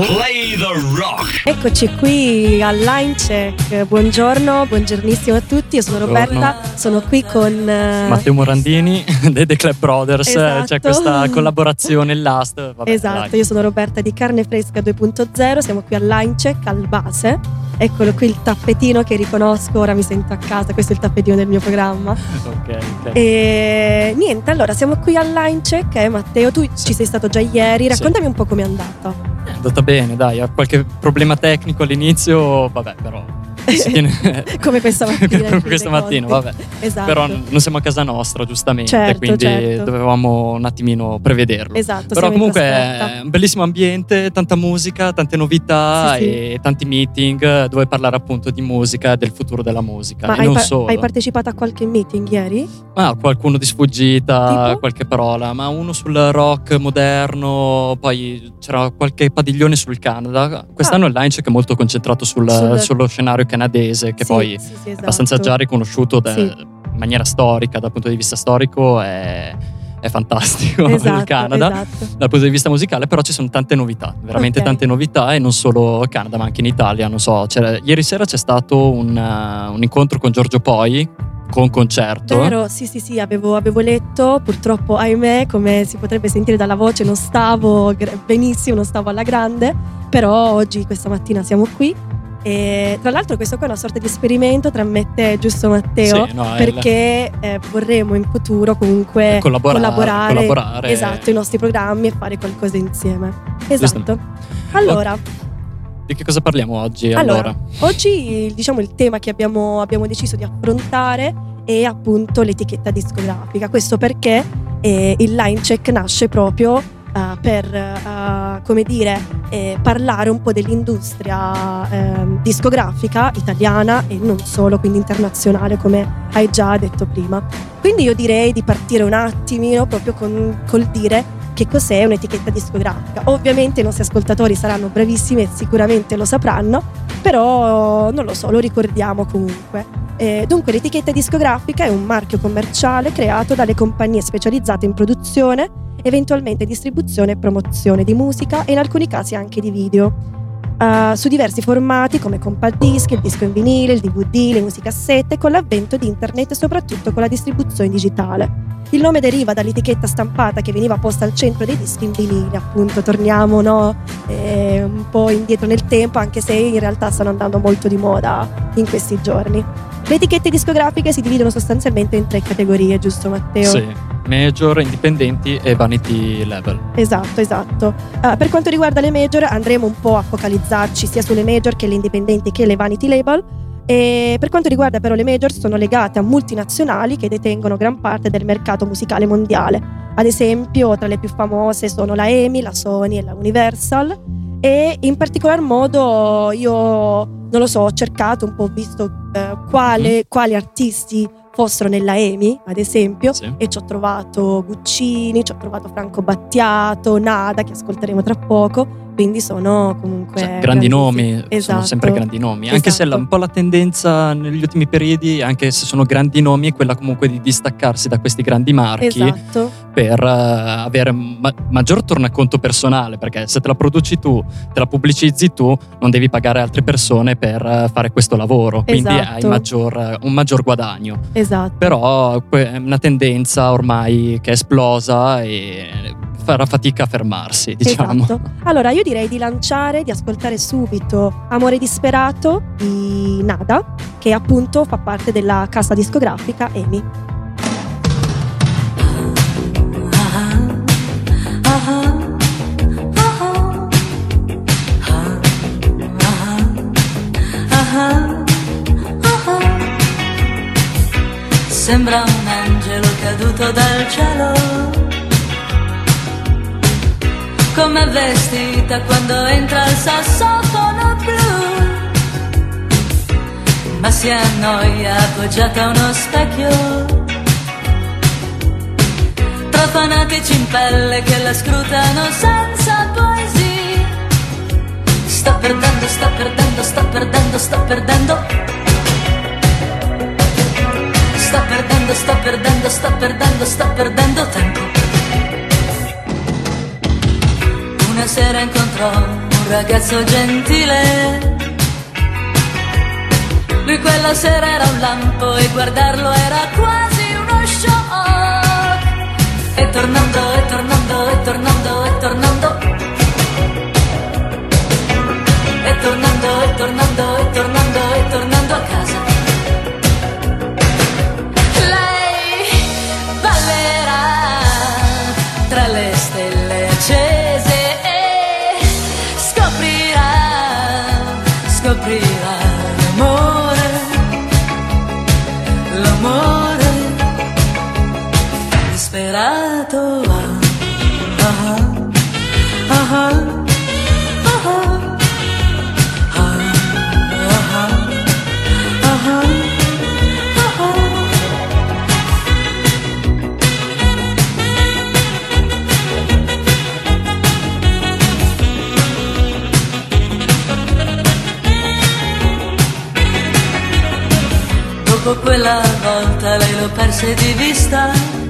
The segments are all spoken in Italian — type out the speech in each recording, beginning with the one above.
Play the rock. Eccoci qui al Line Check. Buongiornissimo a tutti. Io sono Roberta, sono qui con Matteo Morandini dei The Club Brothers. Esatto. C'è questa collaborazione Last. Vabbè, esatto, dai. io sono Roberta di Carne Fresca 2.0. Siamo qui al Line Check, al base. Eccolo qui il tappetino che riconosco, ora mi sento a casa. Questo è il tappetino del mio programma. Ok. E niente, allora siamo qui al Line Check. Matteo, tu ci sei stato già ieri. Raccontami un po' com'è andata. È andata bene, dai, ha qualche problema tecnico all'inizio, vabbè, però si tiene come questa mattina. come questa mattina, vabbè. Esatto. Però non siamo a casa nostra, giustamente, Certo, quindi certo. dovevamo un attimino prevederlo. Esatto. Però siamo in comunque trasferta. è un bellissimo ambiente, tanta musica, tante novità Sì, sì. e tanti meeting dove parlare appunto di musica e del futuro della musica. Ma e non solo. hai partecipato a qualche meeting ieri? Qualcuno di sfuggita, Tipo? qualche parola, ma uno sul rock moderno, poi c'era qualche padiglione sul Canada. Quest'anno il Line Check è molto concentrato sullo scenario canadese, che Sì, poi sì, è esatto. abbastanza già riconosciuto Sì. in maniera storica, dal punto di vista storico è fantastico il Esatto, Canada. esatto. Dal punto di vista musicale però ci sono tante novità, veramente Ok. tante novità, e non solo in Canada ma anche in Italia, non so, ieri sera c'è stato un incontro con Giorgio Poi, con concerto. Vero, sì, avevo letto, purtroppo ahimè, come si potrebbe sentire dalla voce, non stavo benissimo, non stavo alla grande, però oggi, questa mattina siamo qui. E tra l'altro questo qua è una sorta di esperimento tra me e te, giusto Matteo? Sì, no, perché vorremmo in futuro comunque collaborare. esatto, i nostri programmi e fare qualcosa insieme. Esatto. Allora, di che cosa parliamo oggi? allora, oggi diciamo il tema che abbiamo deciso di affrontare è appunto l'etichetta discografica. Questo perché il Line Check nasce proprio per come dire, parlare un po' dell'industria discografica italiana e non solo, quindi internazionale, come hai già detto prima. Quindi io direi di partire un attimino proprio col dire che cos'è un'etichetta discografica. Ovviamente i nostri ascoltatori saranno bravissimi e sicuramente lo sapranno, però non lo so, lo ricordiamo comunque. Dunque l'etichetta discografica è un marchio commerciale creato dalle compagnie specializzate in produzione, eventualmente distribuzione e promozione di musica e in alcuni casi anche di video, su diversi formati come compact disc, il disco in vinile, il DVD, le musicassette, con l'avvento di internet e soprattutto con la distribuzione digitale. Il nome deriva dall'etichetta stampata che veniva posta al centro dei dischi in vinile, appunto. Torniamo un po' indietro nel tempo, anche se in realtà stanno andando molto di moda in questi giorni. Le etichette discografiche si dividono sostanzialmente in 3 categorie, giusto Matteo? Sì, major, indipendenti e vanity level. Esatto. Per quanto riguarda le major andremo un po' a focalizzarci sia sulle major che le indipendenti che le vanity label. E per quanto riguarda però le major, sono legate a multinazionali che detengono gran parte del mercato musicale mondiale. Ad esempio, tra le più famose sono la EMI, la Sony e la Universal. E in particolar modo io, non lo so, ho cercato un po', ho visto quali artisti fossero nella EMI, ad esempio, Sì. e ci ho trovato Guccini, ci ho trovato Franco Battiato, Nada, che ascolteremo tra poco. Quindi sono comunque Grandi nomi, esatto. sono sempre grandi nomi, anche se Esatto. un po' la tendenza negli ultimi periodi, anche se sono grandi nomi, è quella comunque di distaccarsi da questi grandi marchi, Esatto. per avere maggior tornaconto personale, perché se te la produci tu, te la pubblicizzi tu, non devi pagare altre persone per fare questo lavoro, quindi Esatto. hai un maggior guadagno. Esatto. Però è una tendenza ormai che è esplosa e farà fatica a fermarsi, diciamo. Esatto. Allora io direi di ascoltare subito Amore disperato di Nada, che appunto fa parte della casa discografica EMI. Sembra un angelo caduto dal cielo, come vestita quando entra il sassofono blu, ma si annoia appoggiata a uno specchio, tra fanatici in pelle che la scrutano senza poesia. Sta perdendo, sta perdendo, sta perdendo, sta perdendo. Sta perdendo, sta perdendo, sta perdendo, sta perdendo tempo. Una sera incontrò un ragazzo gentile. Lui quella sera era un lampo e guardarlo era quasi uno shock. E tornando, e tornando, e tornando, e tornando, e tornando, e tornando, e tornando, e tornando a casa, lei ballerà tra le stelle accese e scoprirà l'amore disperato. Dopo quella volta lei lo perse di vista,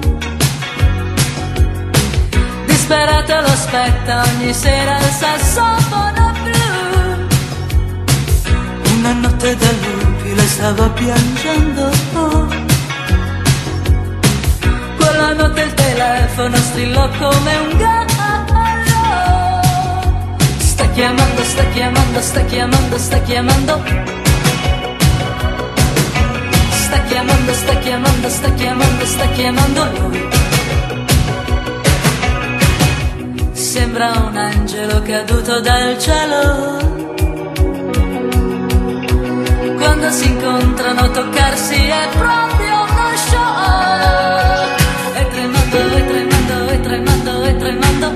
disperata lo aspetta ogni sera il sassofono blu. Una notte da lupi lei stava piangendo, quella notte il telefono strillò come un gallo. Sta chiamando, sta chiamando, sta chiamando, sta chiamando. Sta chiamando, sta chiamando, sta chiamando, sta chiamando lui. Sembra un angelo caduto dal cielo. Quando si incontrano toccarsi è proprio uno shock. E tremando, e tremando, e tremando, e tremando,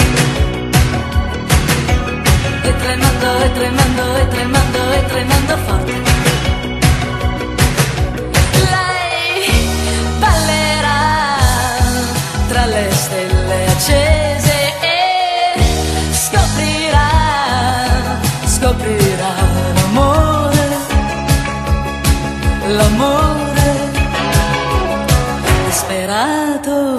e tremando, e tremando, e tremando, e tremando forte. Tra le stelle accese e scoprirà l'amore disperato.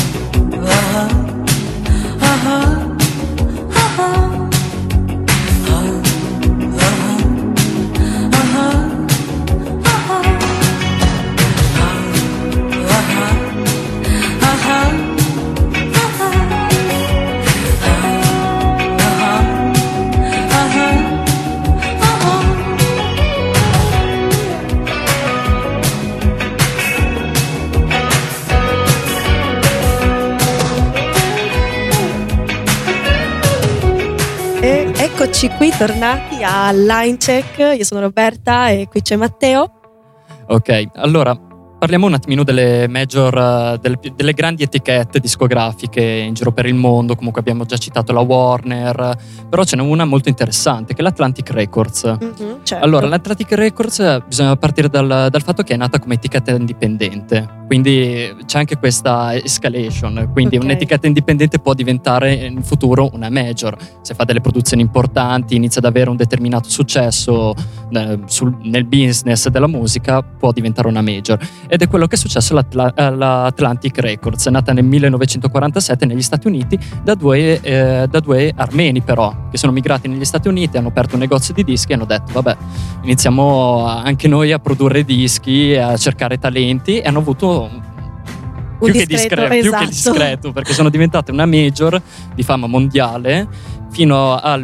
Eccoci qui tornati a Line Check. Io sono Roberta e qui c'è Matteo. Ok, allora parliamo un attimino delle major, delle grandi etichette discografiche in giro per il mondo. Comunque abbiamo già citato la Warner, però ce n'è una molto interessante che è l'Atlantic Records. Certo. Allora, l'Atlantic Records bisogna partire dal fatto che è nata come etichetta indipendente, quindi c'è anche questa escalation, quindi Ok. un'etichetta indipendente può diventare in futuro una major. Se fa delle produzioni importanti, inizia ad avere un determinato successo nel business della musica, può diventare una major. Ed è quello che è successo all'Atlantic Records, nata nel 1947 negli Stati Uniti da due armeni, però, che sono migrati negli Stati Uniti, hanno aperto un negozio di dischi e hanno detto vabbè, iniziamo anche noi a produrre dischi, a cercare talenti, e hanno avuto più che discreto, perché sono diventate una major di fama mondiale fino al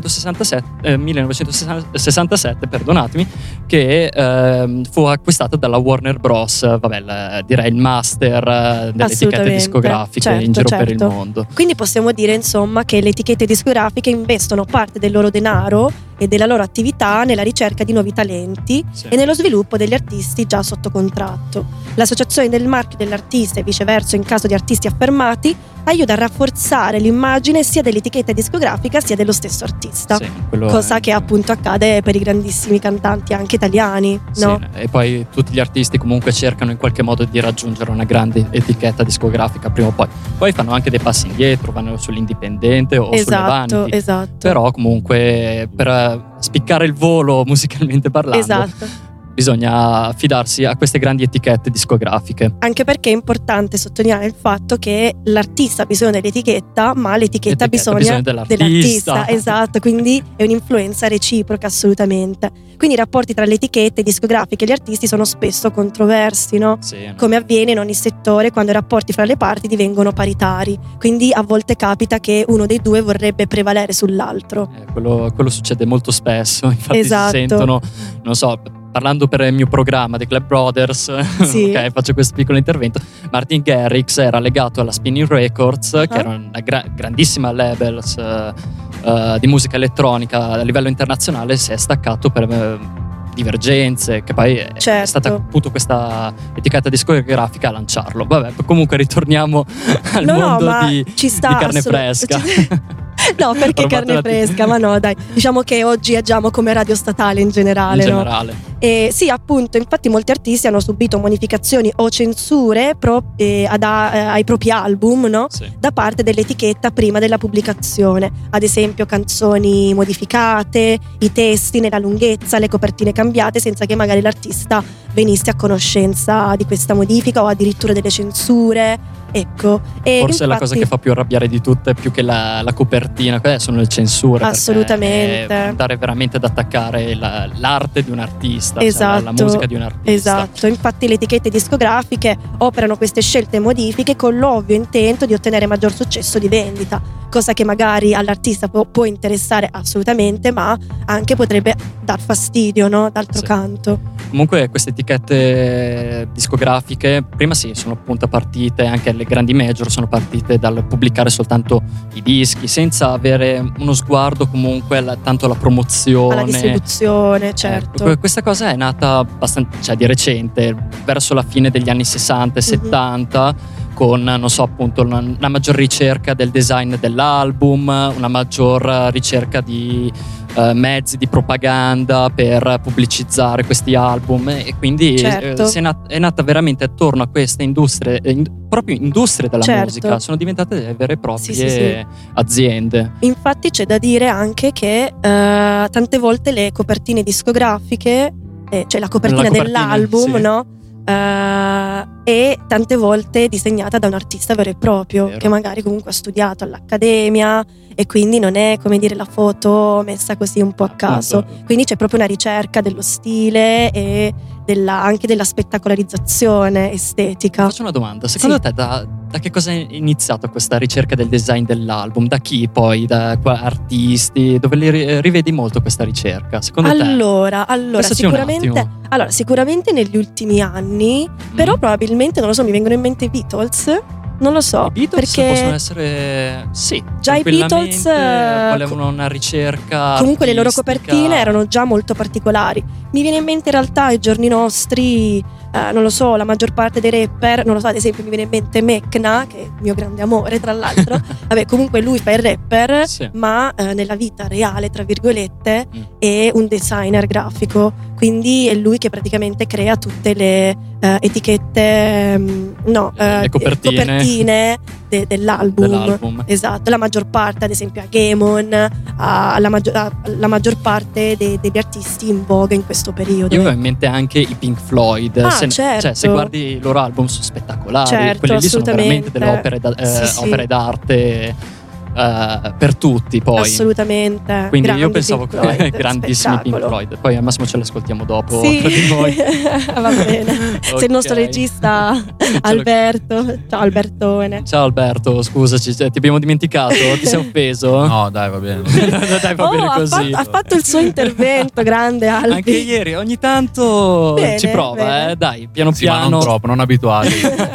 1967, perdonatemi, che fu acquistata dalla Warner Bros. Direi il master delle etichette discografiche in giro per il mondo. Quindi possiamo dire insomma che le etichette discografiche investono parte del loro denaro e della loro attività nella ricerca di nuovi talenti e nello sviluppo degli artisti già sotto contratto. L'associazione del marchio dell'artista e viceversa in caso di artisti affermati aiuta a rafforzare l'immagine sia dell'etichetta discografica sia dello stesso artista, cosa che appunto accade per i grandissimi cantanti anche italiani, no? Sì, e poi tutti gli artisti comunque cercano in qualche modo di raggiungere una grande etichetta discografica prima o poi fanno anche dei passi indietro, vanno sull'indipendente o sulle avanti, esatto. però comunque per spiccare il volo musicalmente parlando, esatto. bisogna affidarsi a queste grandi etichette discografiche. Anche perché è importante sottolineare il fatto che l'artista ha bisogno dell'etichetta, ma l'etichetta ha bisogno dell'artista. Esatto, quindi è un'influenza reciproca assolutamente. Quindi i rapporti tra le etichette discografiche e gli artisti sono spesso controversi, no? Sì. Come avviene in ogni settore quando i rapporti fra le parti divengono paritari. Quindi a volte capita che uno dei due vorrebbe prevalere sull'altro. Quello succede molto spesso, infatti Esatto. si sentono, non so, parlando per il mio programma The Club Brothers, Sì. ok, faccio questo piccolo intervento. Martin Garrix era legato alla Spinning Records, che era una grandissima label di musica elettronica a livello internazionale. Si è staccato per divergenze, che poi è stata appunto questa etichetta discografica a lanciarlo. Vabbè, comunque ritorniamo al mondo di carne fresca. No, perché carne fresca? Ma no, dai. Diciamo che oggi agiamo come radio statale in generale. In no? generale. Sì, appunto, infatti molti artisti hanno subito modificazioni o censure ai propri album, no? Sì. Da parte dell'etichetta prima della pubblicazione. Ad esempio canzoni modificate, i testi nella lunghezza, le copertine cambiate, senza che magari l'artista venisse a conoscenza di questa modifica o addirittura delle censure. Ecco. E forse la cosa che fa più arrabbiare di tutte, più che la copertina, sono le censure. Assolutamente. Andare veramente ad attaccare l'arte di un artista, esatto, cioè la musica di un artista. Esatto, infatti le etichette discografiche operano queste scelte e modifiche con l'ovvio intento di ottenere maggior successo di vendita, cosa che magari all'artista può interessare assolutamente, ma anche potrebbe dar fastidio, no? D'altro canto. Comunque queste etichette discografiche prima sono appunto partite, anche le grandi major sono partite dal pubblicare soltanto i dischi, senza avere uno sguardo comunque tanto alla promozione, alla distribuzione, certo. Questa cosa è nata abbastanza, di recente, verso la fine degli anni 60 e 70, con, non so, appunto una maggior ricerca del design dell'album, una maggior ricerca di mezzi di propaganda per pubblicizzare questi album, e quindi è nata veramente attorno a queste industrie, proprio industrie della musica, sono diventate delle vere e proprie aziende. Infatti c'è da dire anche che tante volte le copertine discografiche, cioè la copertina dell'album, no? E tante volte disegnata da un artista vero e proprio, che magari comunque ha studiato all'accademia, e quindi non è, come dire, la foto messa così un po' a caso. Quindi c'è proprio una ricerca dello stile e anche della spettacolarizzazione estetica. Faccio una domanda: secondo te da che cosa è iniziata questa ricerca del design dell'album? Da chi poi? Da artisti? Dove rivedi molto questa ricerca? Secondo te? Allora sicuramente negli ultimi anni, però probabilmente, non lo so, mi vengono in mente i Beatles. Non lo so, i Beatles perché possono essere, già i Beatles volevano una ricerca comunque artistica. Le loro copertine erano già molto particolari. Mi viene in mente in realtà ai giorni nostri, non lo so, la maggior parte dei rapper, non lo so, ad esempio mi viene in mente Mecna, che è il mio grande amore tra l'altro. Vabbè, comunque lui fa il rapper, ma nella vita reale, tra virgolette, è un designer grafico, quindi è lui che praticamente crea tutte le etichette, le copertine dell'album. Esatto, la maggior parte, ad esempio a Gamon, la maggior parte degli artisti in voga in questo periodo. Io avevo in mente anche i Pink Floyd. Certo. Se guardi i loro album sono spettacolari, certo, quelli lì sono veramente delle opere d'arte per tutti, poi assolutamente. Quindi io pensavo che grandissimi Pink Floyd. Poi al massimo ce l'ascoltiamo dopo tra di noi. Va bene. Se il nostro regista Alberto, ciao Albertone. Ciao Alberto, scusaci, ti abbiamo dimenticato? Ti sei offeso? No, dai, va bene. Dai, va bene così. Ha fatto il suo intervento, grande Albi. Anche ieri, ogni tanto bene, ci prova, bene. Dai, piano Ma non troppo, non abituati.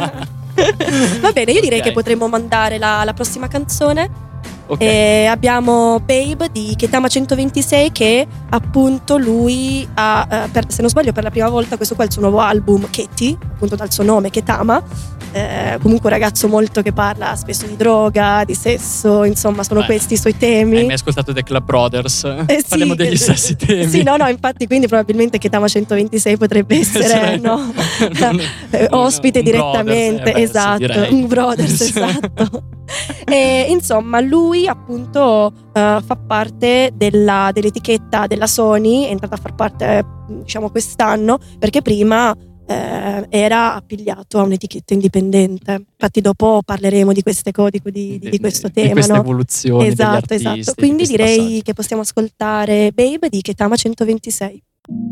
Va bene, io direi che potremmo mandare la prossima canzone. Abbiamo Babe di Ketama 126, che appunto lui ha, se non sbaglio per la prima volta, questo qua è il suo nuovo album, Ketty, appunto dal suo nome Ketama. Comunque un ragazzo molto che parla spesso di droga, di sesso, insomma sono questi i suoi temi. Hai mai ascoltato The Club Brothers? Parliamo degli stessi temi. Sì, no, infatti, quindi probabilmente Ketama 126 potrebbe essere ospite direttamente. Brothers, esatto, un Brothers, esatto. E insomma, lui appunto fa parte dell'etichetta della Sony, è entrato a far parte diciamo quest'anno, perché prima era appigliato a un'etichetta indipendente. Infatti dopo parleremo di queste di questo tema, di queste no? evoluzioni Esatto, degli artisti, esatto. Quindi di questi direi passaggi. che possiamo ascoltare Babe di Ketama 126.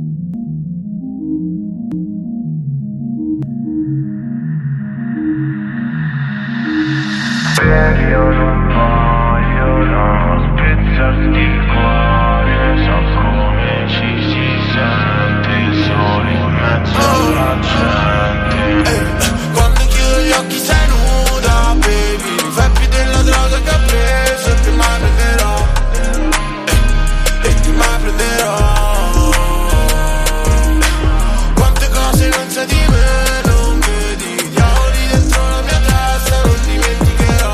Io non voglio spezzarti il cuore, so come ci si sente soli in mezzo alla gente. Quando chiudo gli occhi sei nuda, baby, mi fai più della droga che ho preso e ti mai prenderò, e ti mai prenderò. Quante cose non sai di me, non vedi, diavoli dentro la mia testa, non dimenticherò.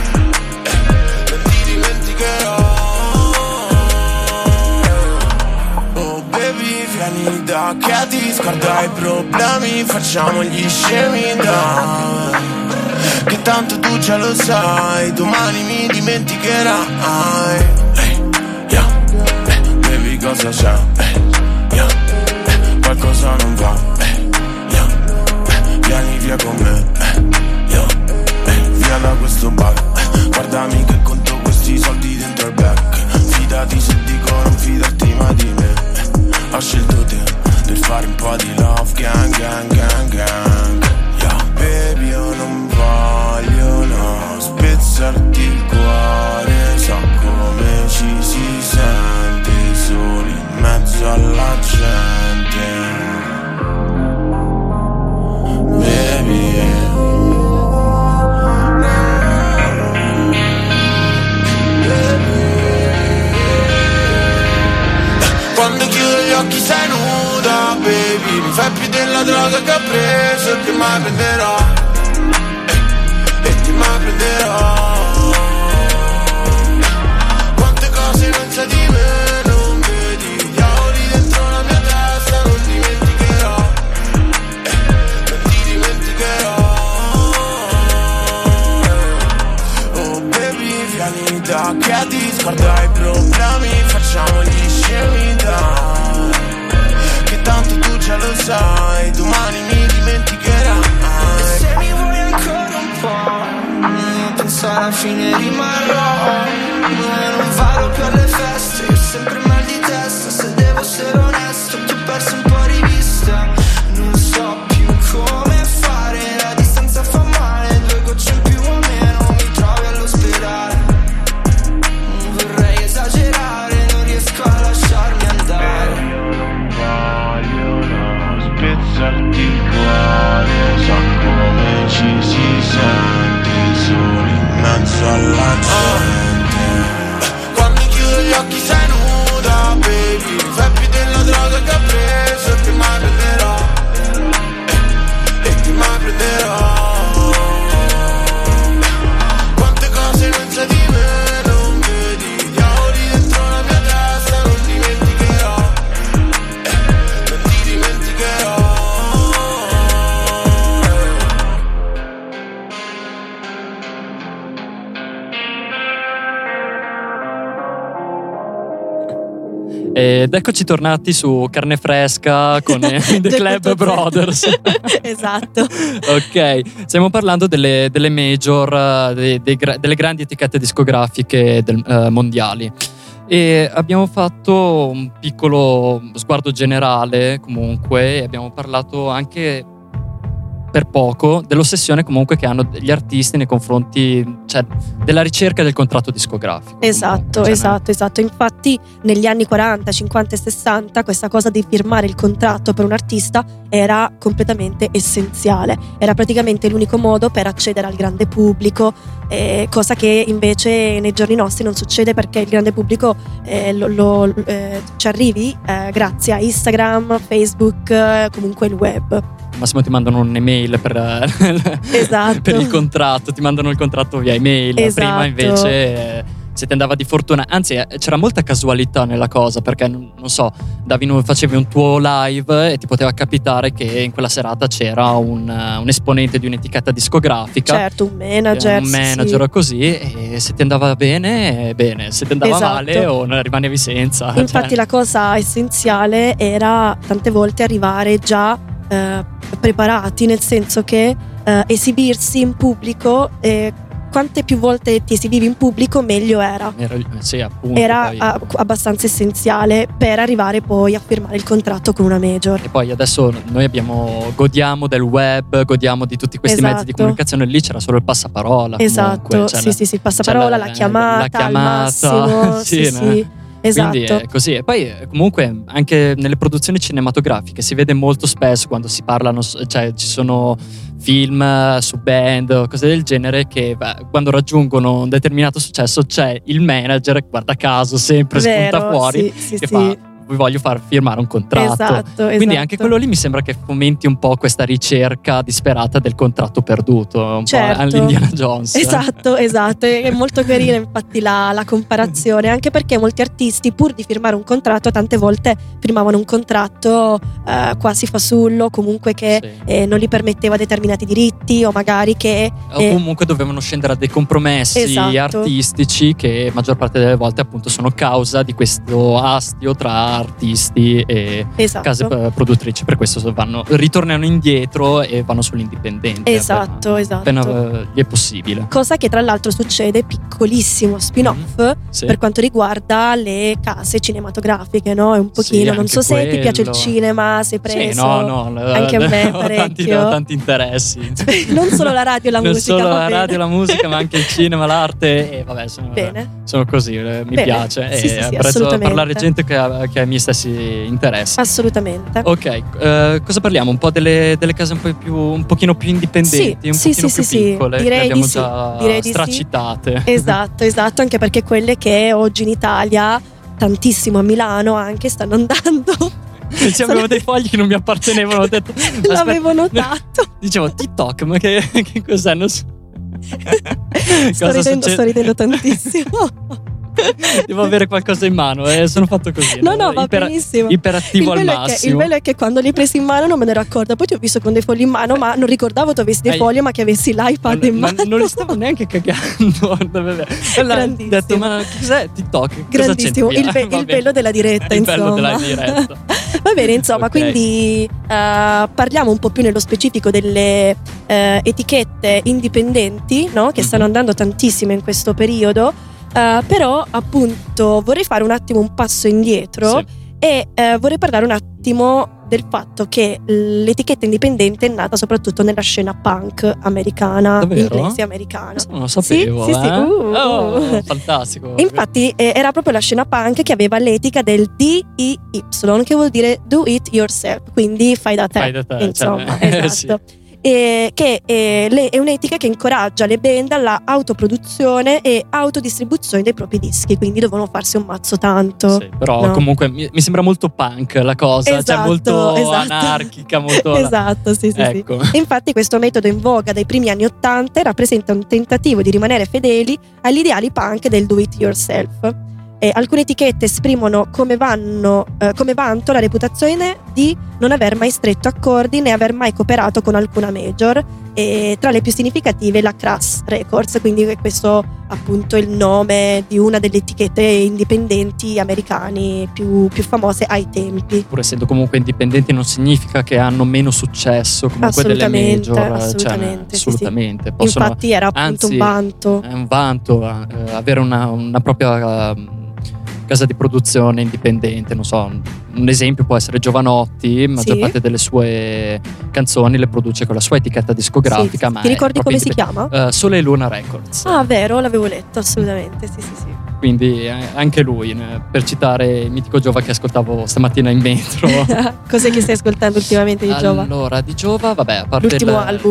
Oh baby, vieni da che ti scorda i problemi, facciamo gli scemi dai, che tanto tu già lo sai, domani mi dimenticherai. Yeah, baby cosa c'è? Yeah, qualcosa non va. Yeah, vieni via con me. Yeah, via da questo bar. Guardami che conto questi soldi dentro il back. Fidati se dico non fidarti mai di me. Ho scelto te per fare un po' di love, gang, gang, gang, gang. Yeah, baby io non voglio no spezzarti il cuore, so come ci si sente soli in mezzo alla gente. Baby quando chiudo gli occhi sei nuda, baby, mi fai più della droga che ho preso e ti mai prenderò, e ti mai prenderò. Quante cose non sai di me, non vedi, diavoli dentro la mia testa, non dimenticherò, non ti dimenticherò. Oh baby, vieni da che ti scorda i problemi, facciamo gli scemi dai, che tanto tu già lo sai, domani mi dimenticherai. E se mi vuoi ancora un po', penso alla fine rimarrò. Non vado più alle feste, io ho sempre mal di testa, se devo essere onesto ti ho perso un po' di vista. Non so più come fare, la distanza fa male, 2 gocce in più o meno mi trovi all'ospedale. Vorrei esagerare, non riesco a lasciarmi andare. Non voglio no spezzarti il cuore, so come ci si sente soli in mezzo alla gente. Quando chiudo gli occhi sei nuda, baby, mi fai più della droga che ho preso e ti mai prenderò, e ti mai prenderò. Quante cose non sai di me, non vedi, diavoli dentro la mia testa, non dimenticherò, non ti dimenticherò. Ed eccoci tornati su Carne Fresca con The Club Brothers. Esatto. Ok, stiamo parlando delle major, delle grandi etichette discografiche mondiali. E abbiamo fatto un piccolo sguardo generale comunque, e abbiamo parlato anche per poco dell'ossessione comunque che hanno gli artisti nei confronti, cioè, della ricerca del contratto discografico. Esatto, comunque, cioè, esatto. Infatti negli anni 40, 50 e 60 questa cosa di firmare il contratto per un artista era completamente essenziale. Era praticamente l'unico modo per accedere al grande pubblico, cosa che invece nei giorni nostri non succede, perché il grande pubblico ci arrivi grazie a Instagram, Facebook, comunque il web. Massimo ti mandano un'email Esatto. per il contratto, ti mandano il contratto via email. Esatto. Prima invece ti andava di fortuna, anzi c'era molta casualità nella cosa, perché non so, facevi un tuo live e ti poteva capitare che in quella serata c'era un esponente di un'etichetta discografica, certo, un manager sì. Così, e se ti andava bene, se ti andava male o rimanevi senza. Infatti la cosa essenziale era tante volte arrivare già preparati, nel senso che esibirsi in pubblico, quante più volte ti esibivi in pubblico meglio era. Sì, appunto, era abbastanza essenziale per arrivare poi a firmare il contratto con una major. E poi adesso noi godiamo del web, godiamo di tutti questi mezzi di comunicazione, lì c'era solo il passaparola. Esatto, comunque, sì, il passaparola, la chiamata al massimo, sì. Esatto. Quindi è così. E poi comunque anche nelle produzioni cinematografiche si vede molto spesso quando si parlano, cioè ci sono film su band o cose del genere che quando raggiungono un determinato successo c'è il manager, guarda caso sempre spunta fuori, che fa: vi voglio far firmare un contratto. Esatto. Quindi anche quello lì mi sembra che fomenti un po' questa ricerca disperata del contratto perduto, un po' all'Indiana Jones. Esatto, è molto carina infatti la comparazione, anche perché molti artisti, pur di firmare un contratto, tante volte firmavano un contratto quasi fasullo, comunque che non gli permetteva determinati diritti, o magari che o comunque dovevano scendere a dei compromessi artistici che maggior parte delle volte appunto sono causa di questo astio tra artisti e case produttrici. Per questo ritornano indietro e vanno sull'indipendente esatto appena gli è possibile, cosa che tra l'altro succede, piccolissimo spin-off per quanto riguarda le case cinematografiche, no? È un pochino, non so se ti piace il cinema, sei preso. Anche a me parecchio. Tanti interessi. Non solo la radio e la musica, non solo la radio e la musica, ma anche il cinema, l'arte, e vabbè, sono così, mi piace, sì, apprezzo parlare gente che ha i miei stessi interessi. Assolutamente. Ok, cosa parliamo? Un po' delle case un pochino più indipendenti, un pochino più piccole, direi che abbiamo di già stracitate. Esatto, anche perché quelle che oggi in Italia, tantissimo a Milano anche, stanno andando. Avevo dei fogli che non mi appartenevano, ho detto l'avevo notato. Dicevo TikTok, ma che cos'è? Non so. Sto ridendo tantissimo. Devo avere qualcosa in mano, sono fatto così. No, va benissimo. Iperattivo al massimo. Il bello è che quando li hai presi in mano non me ne ero accorta. Poi ti ho visto con dei fogli in mano, ma non ricordavo tu avessi dei fogli, ma che avessi l'iPad in mano. Non li stavo neanche cagando. Ho detto, ma cos'è TikTok? Grandissimo. Il bello della diretta, il insomma. bello della diretta. Va bene, insomma, quindi parliamo un po' più nello specifico delle etichette indipendenti, no? Che stanno andando tantissime in questo periodo. Però appunto vorrei fare un attimo un passo indietro e vorrei parlare un attimo del fatto che l'etichetta indipendente è nata soprattutto nella scena punk americana. Davvero? Inglese americana. Non lo sapevo. Sì. Oh, fantastico. Infatti era proprio la scena punk che aveva l'etica del DIY, che vuol dire do it yourself, quindi fai da te, insomma, esatto. Che è un'etica che incoraggia le band alla autoproduzione e autodistribuzione dei propri dischi, quindi devono farsi un mazzo tanto. Sì, però comunque mi sembra molto punk la cosa, cioè molto anarchica, molto esatto, sì. Ecco. E infatti questo metodo in voga dai primi anni '80 rappresenta un tentativo di rimanere fedeli agli ideali punk del do it yourself. Alcune etichette esprimono come vanto la reputazione di non aver mai stretto accordi né aver mai cooperato con alcuna major, e tra le più significative la Crass Records, quindi questo appunto il nome di una delle etichette indipendenti americani più famose ai tempi. Pur essendo comunque indipendenti non significa che hanno meno successo comunque delle major. Assolutamente. Assolutamente. Possono, infatti era appunto un vanto. È un vanto avere una propria casa di produzione indipendente. Non so, un esempio può essere Giovanotti, maggior parte delle sue canzoni le produce con la sua etichetta discografica. Ma ti ricordi come si chiama? Sole e Luna Records. Ah, vero, l'avevo letto, assolutamente, sì. Quindi anche lui, per citare il mitico Giova che ascoltavo stamattina in metro. Cos'è che stai ascoltando ultimamente di Giova? Allora, di Giova, vabbè, a parte l'ultimo album.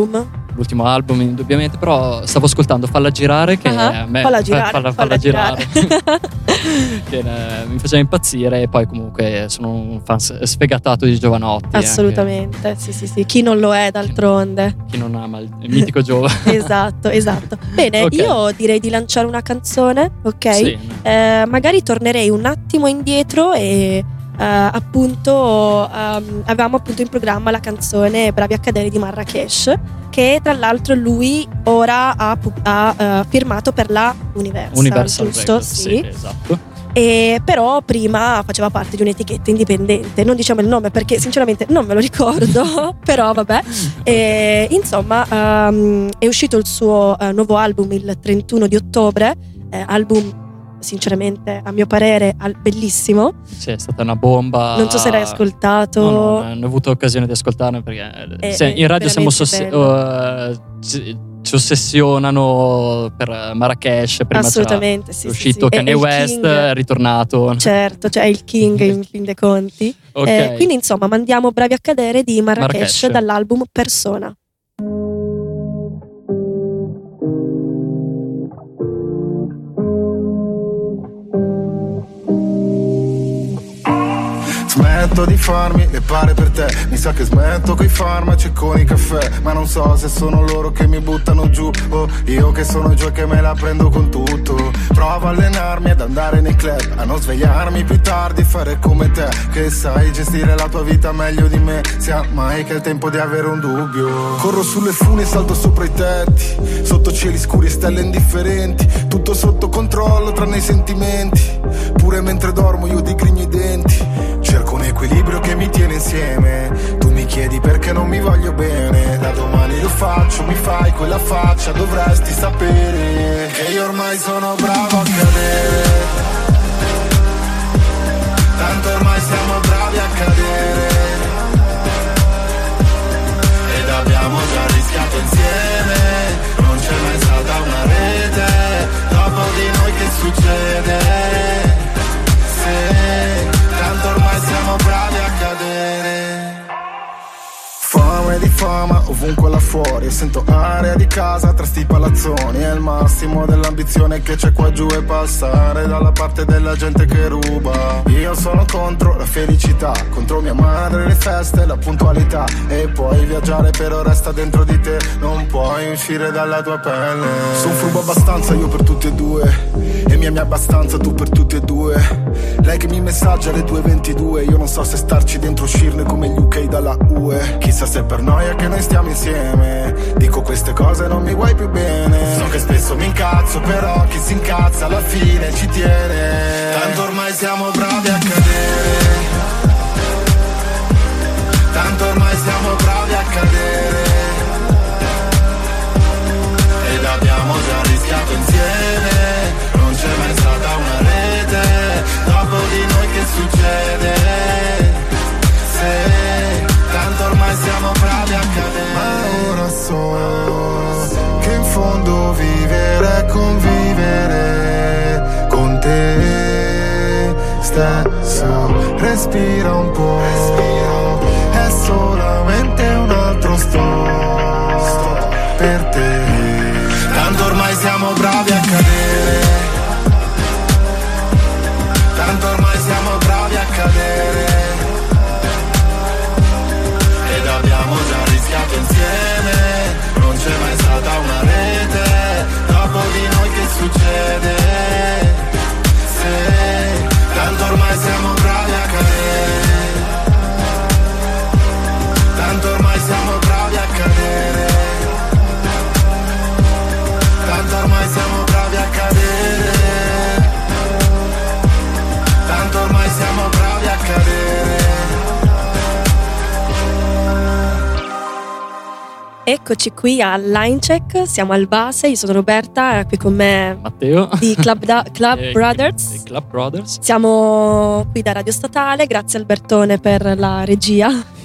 l'ultimo album indubbiamente, però stavo ascoltando Falla Girare che a me Falla girare. che mi faceva impazzire, e poi comunque sono un fan sfegatato di Jovanotti. Assolutamente, sì, chi non lo è d'altronde. Chi non ama il mitico Giova. Esatto. Bene, Ok. Io direi di lanciare una canzone, ok? Sì. Magari tornerei un attimo indietro e avevamo appunto in programma la canzone Bravi a cadere di Marrakesh, che tra l'altro lui ora ha firmato per la Universal, giusto? Records, sì, esatto. E però prima faceva parte di un'etichetta indipendente, non diciamo il nome perché sinceramente non me lo ricordo, però vabbè. E, insomma, è uscito il suo nuovo album il 31 di ottobre, album sinceramente a mio parere bellissimo. Sì, è stata una bomba. Non so se l'hai ascoltato. No, non ho avuto occasione di ascoltarne perché in radio siamo ci ossessionano per Marrakesh. Prima assolutamente, sì. è uscito Kanye West, è ritornato. Certo, cioè è il King in fin dei conti. Ok. Quindi insomma mandiamo Bravi a cadere di Marrakesh dall'album Persona. Smetto di farmi le pare per te. Mi sa che smetto coi farmaci e con i caffè. Ma non so se sono loro che mi buttano giù o io che sono giù e che me la prendo con tutto. Provo a allenarmi ad andare nei club, a non svegliarmi più tardi, fare come te che sai gestire la tua vita meglio di me. Sia mai che è il tempo di avere un dubbio. Corro sulle fune e salto sopra i tetti, sotto cieli scuri e stelle indifferenti. Tutto sotto controllo tranne i sentimenti. Pure mentre dormo io digrigno i denti. Cerco un equilibrio che mi tiene insieme. Tu mi chiedi perché non mi voglio bene. Da domani lo faccio, mi fai quella faccia. Dovresti sapere che io ormai sono bravo a cadere. Tanto ormai siamo bravi a cadere. Ed abbiamo già rischiato insieme. Non c'è mai stata una rete. Dopo di noi che succede? Tanto ormai siamo bravi a cadere. Fame di fama ovunque là fuori. Sento aria di casa tra sti palazzoni. È il massimo dell'ambizione che c'è qua giù. E passare dalla parte della gente che ruba. Io sono contro la felicità, contro mia madre, le feste, la puntualità. E puoi viaggiare però resta dentro di te. Non puoi uscire dalla tua pelle. Sono furbo abbastanza io per tutti e due. E mia abbastanza tu per tutti e due. Lei che mi messaggia alle 2:22. Io non so se starci dentro, uscirne come gli UK dalla UE. Chissà se per noia che noi stiamo insieme. Dico queste cose non mi vuoi più bene. So che spesso mi incazzo, però chi si incazza alla fine ci tiene. Tanto ormai siamo bravi a cadere. Tanto ormai siamo bravi a cadere. Ed abbiamo già rischiato insieme. Non c'è mai stata una rete. Dopo di noi che succede? Tanto ormai siamo bravi a cadere. Ma ora so che in fondo vivere è convivere con te stesso. Respira un po', è solamente un altro stop per te. Tanto ormai siamo bravi a cadere. Tanto ormai siamo bravi a cadere. Ed abbiamo già rischiato insieme. Non c'è mai stata una rete. Dopo di noi che succede? Tanto ormai siamo bravi a cadere. Tanto ormai siamo bravi a cadere. Tanto ormai siamo bravi a cadere. Tanto ormai siamo bravi a cadere. Eccoci qui a Linecheck, siamo al Base, io sono Roberta, qui con me Matteo di Club Brothers. di Club Brothers. Siamo qui da Radio Statale, grazie Albertone per la regia.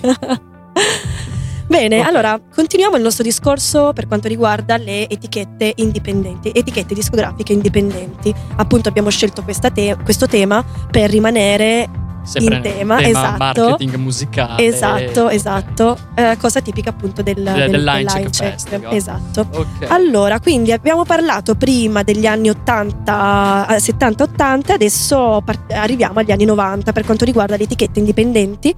Bene, Ok. allora continuiamo il nostro discorso per quanto riguarda le etichette indipendenti, etichette discografiche indipendenti. Appunto abbiamo scelto questo tema per rimanere Sempre in tema, esatto. Marketing musicale. Esatto. Cosa tipica appunto del Line Check Check. Festival. Esatto. Ok. Allora, quindi abbiamo parlato prima degli anni 80, 70-80, adesso arriviamo agli anni 90 per quanto riguarda le etichette indipendenti,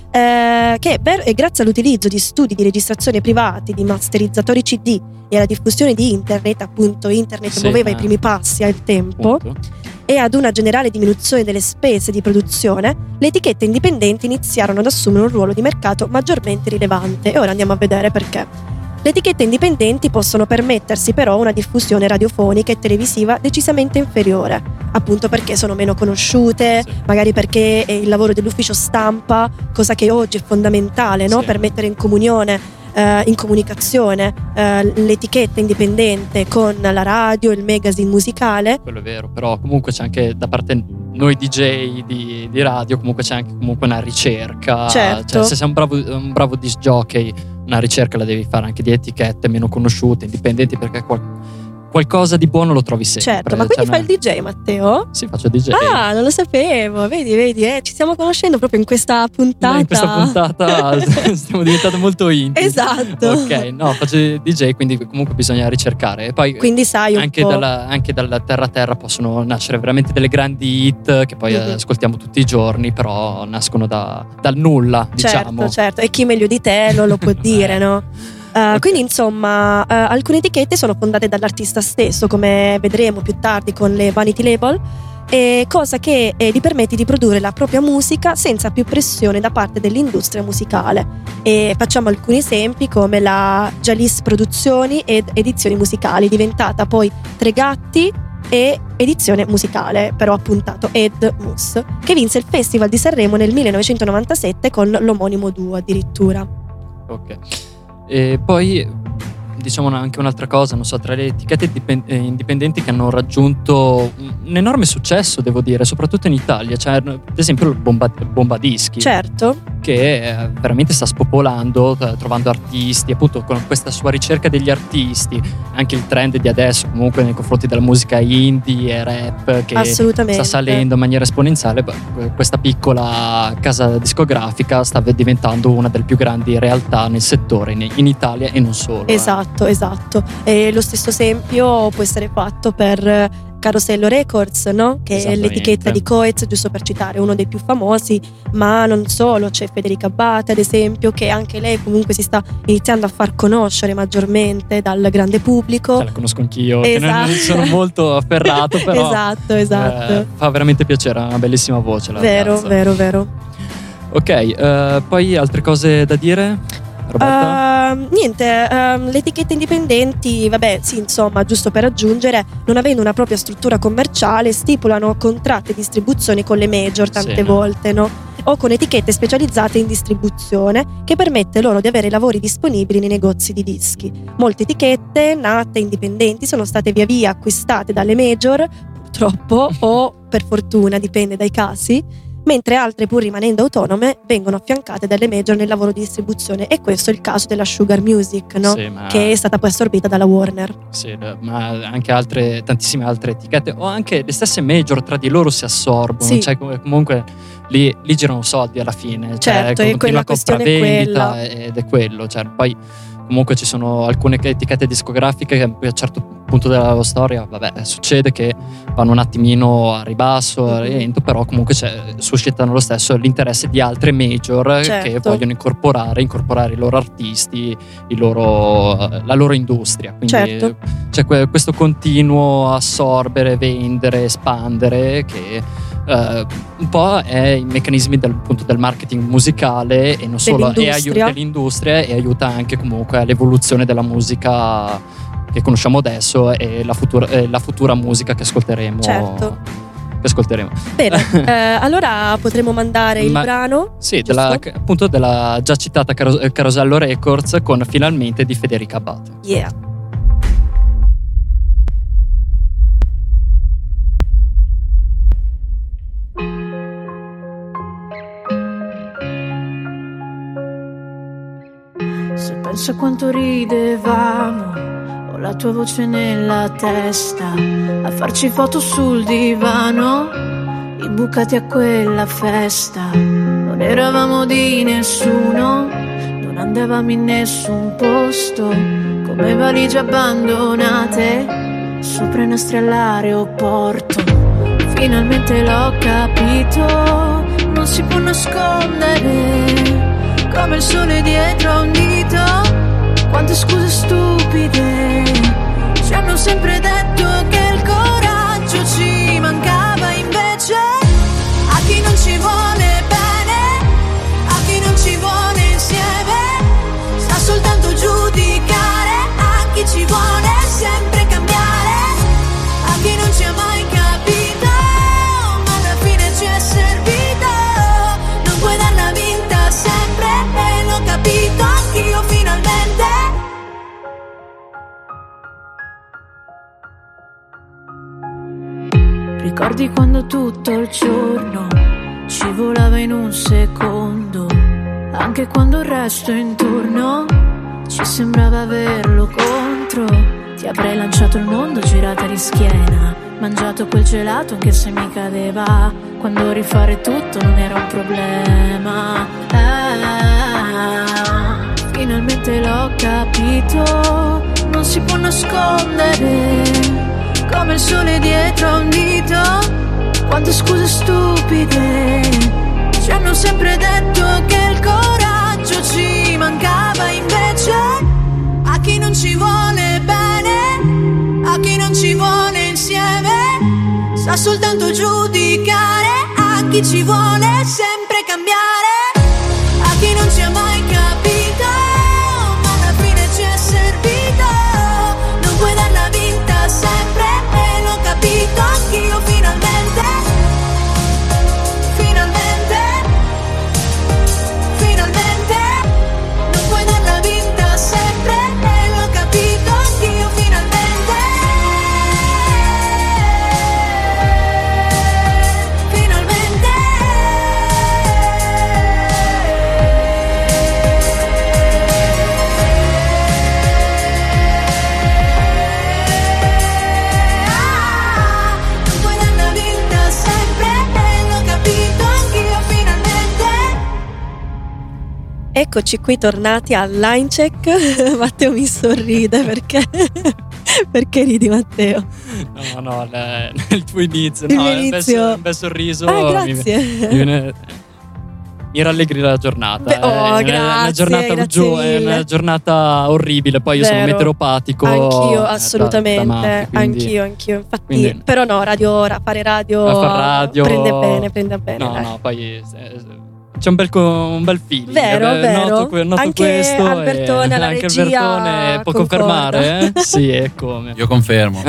che grazie all'utilizzo di studi di registrazione privati, di masterizzatori CD e alla diffusione di internet, appunto internet Sì, muoveva i primi passi al tempo, appunto. e ad una generale diminuzione delle spese di produzione, le etichette indipendenti iniziarono ad assumere un ruolo di mercato maggiormente rilevante. E ora andiamo a vedere perché. Le etichette indipendenti possono permettersi però una diffusione radiofonica e televisiva decisamente inferiore, appunto perché sono meno conosciute, Sì. magari perché il lavoro dell'ufficio stampa, cosa che oggi è fondamentale, no? Sì. Per mettere in comunione, in comunicazione, l'etichetta indipendente con la radio, il magazine musicale. Quello è vero, però comunque c'è anche da parte noi DJ di radio, comunque c'è anche comunque una ricerca. Certo. Cioè, se sei un bravo disc jockey, una ricerca la devi fare anche di etichette meno conosciute, indipendenti, perché qualcosa di buono lo trovi sempre. Certo, ma quindi Cioè, fai il DJ, Matteo? Sì, faccio DJ. Ah, non lo sapevo, vedi, ci stiamo conoscendo proprio in questa puntata. In questa puntata stiamo diventando molto intimi. Esatto. Ok, no, faccio DJ, quindi comunque bisogna ricercare. E poi Quindi sai un anche po'. anche dalla terra a terra possono nascere veramente delle grandi hit che poi Mhm. ascoltiamo tutti i giorni, però nascono dal nulla, diciamo. Certo, e chi meglio di te lo può dire, no? Ok. Quindi insomma alcune etichette sono fondate dall'artista stesso, come vedremo più tardi con le vanity label, cosa che gli permette di produrre la propria musica senza più pressione da parte dell'industria musicale. E facciamo alcuni esempi come la Jalis Produzioni ed Edizioni Musicali, diventata poi Tre Gatti e edizione musicale, però appuntato Ed Mus, che vinse il Festival di Sanremo nel 1997 con l'omonimo duo addirittura. Ok. E poi diciamo anche un'altra cosa, non so, tra le etichette indipendenti che hanno raggiunto un enorme successo, devo dire, soprattutto in Italia, cioè ad esempio il Bomba Dischi, Certo, che veramente sta spopolando, trovando artisti, appunto con questa sua ricerca degli artisti, anche il trend di adesso comunque nei confronti della musica indie e rap che assolutamente. sta salendo in maniera esponenziale. Questa piccola casa discografica sta diventando una delle più grandi realtà nel settore in Italia e non solo. Esatto. E lo stesso esempio può essere fatto per Carosello Records, no? Che è Esattamente. l'etichetta di Coez, giusto per citare uno dei più famosi, ma non solo, c'è Federica Abate ad esempio, che anche lei comunque si sta iniziando a far conoscere maggiormente dal grande pubblico. Cioè, la conosco anch'io, che non Esatto. sono molto afferrato, però Esatto. fa veramente piacere, ha una bellissima voce la ragazza. Vero. Ok, poi altre cose da dire? Roberta? Le etichette indipendenti, vabbè, sì, insomma, giusto per aggiungere, non avendo una propria struttura commerciale, stipulano contratti di distribuzione con le major tante Sì, no. volte, no? O con etichette specializzate in distribuzione, che permette loro di avere lavori disponibili nei negozi di dischi. Molte etichette nate indipendenti sono state via via acquistate dalle major, purtroppo, o per fortuna, dipende dai casi, mentre altre, pur rimanendo autonome, vengono affiancate dalle major nel lavoro di distribuzione. E questo è il caso della Sugar Music, no? Sì, ma- Che è stata poi assorbita dalla Warner. Sì, ma anche tantissime altre etichette o anche le stesse major tra di loro si assorbono, Sì. cioè comunque lì girano soldi alla fine, Certo, cioè, e quella questione è quella. ed è quello, cioè, poi comunque ci sono alcune etichette discografiche che a un certo punto della loro storia, vabbè, succede che vanno un attimino a ribasso, a rientro, però comunque suscitano lo stesso l'interesse di altre major che Certo. vogliono incorporare i loro artisti, la loro industria. Quindi Certo. c'è questo continuo assorbere, vendere, espandere che un po' è i meccanismi appunto del marketing musicale e non solo, e aiuta l'industria e aiuta anche comunque all'evoluzione della musica che conosciamo adesso e la futura musica che ascolteremo. Certo. Che ascolteremo. Bene, allora potremo mandare il brano. Sì, giusto? appunto della già citata Carosello Records con Finalmente di Federica Abate. Yeah. Se penso a quanto ridevamo, ho la tua voce nella testa, a farci foto sul divano, in bucati a quella festa, non eravamo di nessuno, non andavamo in nessun posto, come valigie abbandonate sopra i nostri all'aeroporto. Finalmente l'ho capito, non si può nascondere, come il sole dietro a un dito. Quante scuse stupide, ci hanno sempre detto che il coraggio ci mancava, invece a chi non ci vuole bene, a chi non ci vuole insieme, sta soltanto giudicare, a chi ci vuole sempre cambiare, a chi non ci ha mai capito, ma alla fine ci è servito, non puoi darla vinta sempre, e l'ho capito anch'io finalmente. Ricordi quando tutto il giorno ci volava in un secondo, anche quando il resto intorno ci sembrava averlo contro. Ti avrei lanciato il mondo girata di schiena, mangiato quel gelato anche se mi cadeva, quando rifare tutto non era un problema. Finalmente l'ho capito, non si può nascondere, come il sole dietro a un dito. Quante scuse stupide, ci hanno sempre detto che il coraggio ci mancava, invece a chi non ci vuole bene, a chi non ci vuole insieme, sa soltanto giudicare, a chi ci vuole sempre cambiare, a chi non ci ha mai capito, ma alla fine ci è servito, non puoi darla vinta sempre, e l'ho capito anch'io finalmente, finalmente, finalmente, non puoi darla vinta sempre, e l'ho capito anch'io finalmente, finalmente. Non puoi darla vinta sempre, e l'ho capito anch'io finalmente. Eccoci qui tornati al line check. Matteo mi sorride perché perché ridi, Matteo? No, il tuo inizio, Il no, mio è inizio. un bel sorriso. Grazie. Mi rallegri la giornata. Beh, È una giornata grazie è una mille. giornata orribile. Poi io sono Vero. meteoropatico. Anch'io, da assolutamente. mafia, quindi- Anch'io. Infatti, quindi- però no, fare radio, A far radio prende bene. No, dai. no, poi c'è un bel feeling. Vero, vero. Noto Anche questo. Albertone alla anche regia Albertone può concorda. confermare? Sì, è come. Io confermo.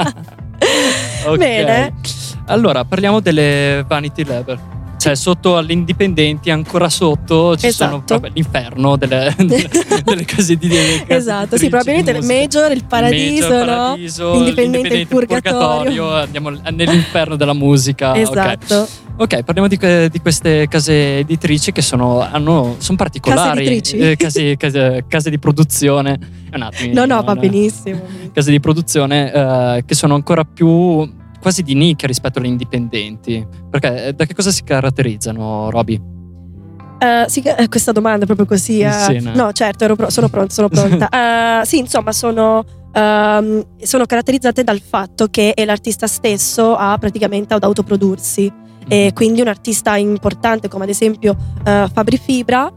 Ok. Bene. Allora, parliamo delle Vanity Label. Cioè, sotto agli indipendenti, ancora sotto ci sono Esatto. proprio l'inferno delle case di Esatto, sì, probabilmente il major, il paradiso, no? L'indipendente, il purgatorio. Andiamo nell'inferno della musica. Esatto. Ok, parliamo di queste case editrici che sono particolari. Case editrici? Case di produzione. Un attimo. No, va benissimo. Case di produzione che sono ancora più quasi di nicchia rispetto alle indipendenti. Perché da che cosa si caratterizzano, Roby? Sì, questa domanda è proprio così. Sì, no. No, certo, sono pronta. Sì, insomma, sono caratterizzate dal fatto che l'artista stesso ha praticamente ad autoprodursi. E quindi un artista importante come ad esempio Fabri Fibra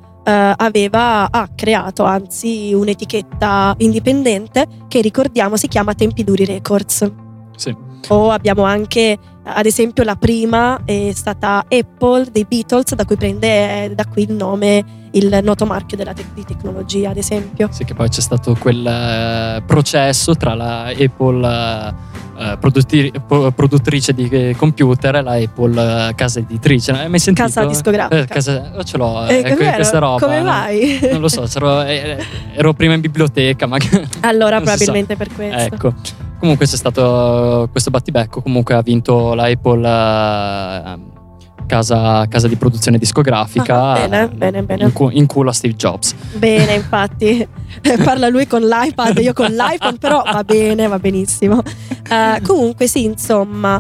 ha creato anzi un'etichetta indipendente che, ricordiamo, si chiama Tempi Duri Records. Sì. O abbiamo anche ad esempio la prima è stata Apple dei Beatles, da cui prende da qui il nome il noto marchio di tecnologia, ad esempio. Sì, che poi c'è stato quel processo tra la Apple produttrice di computer e la Apple casa editrice. Hai mai sentito? Casa discografica. Ce l'ho, È vero? questa roba. Come mai? Non lo so, ero prima in biblioteca, ma Allora non si probabilmente sa. per questo. Ecco. Comunque c'è stato questo battibecco. Comunque ha vinto la Apple casa di produzione discografica. Bene. In culo a Steve Jobs. Bene, infatti. Parla lui con l'iPad, io con l'iPhone, però va bene, va benissimo. Comunque sì, insomma,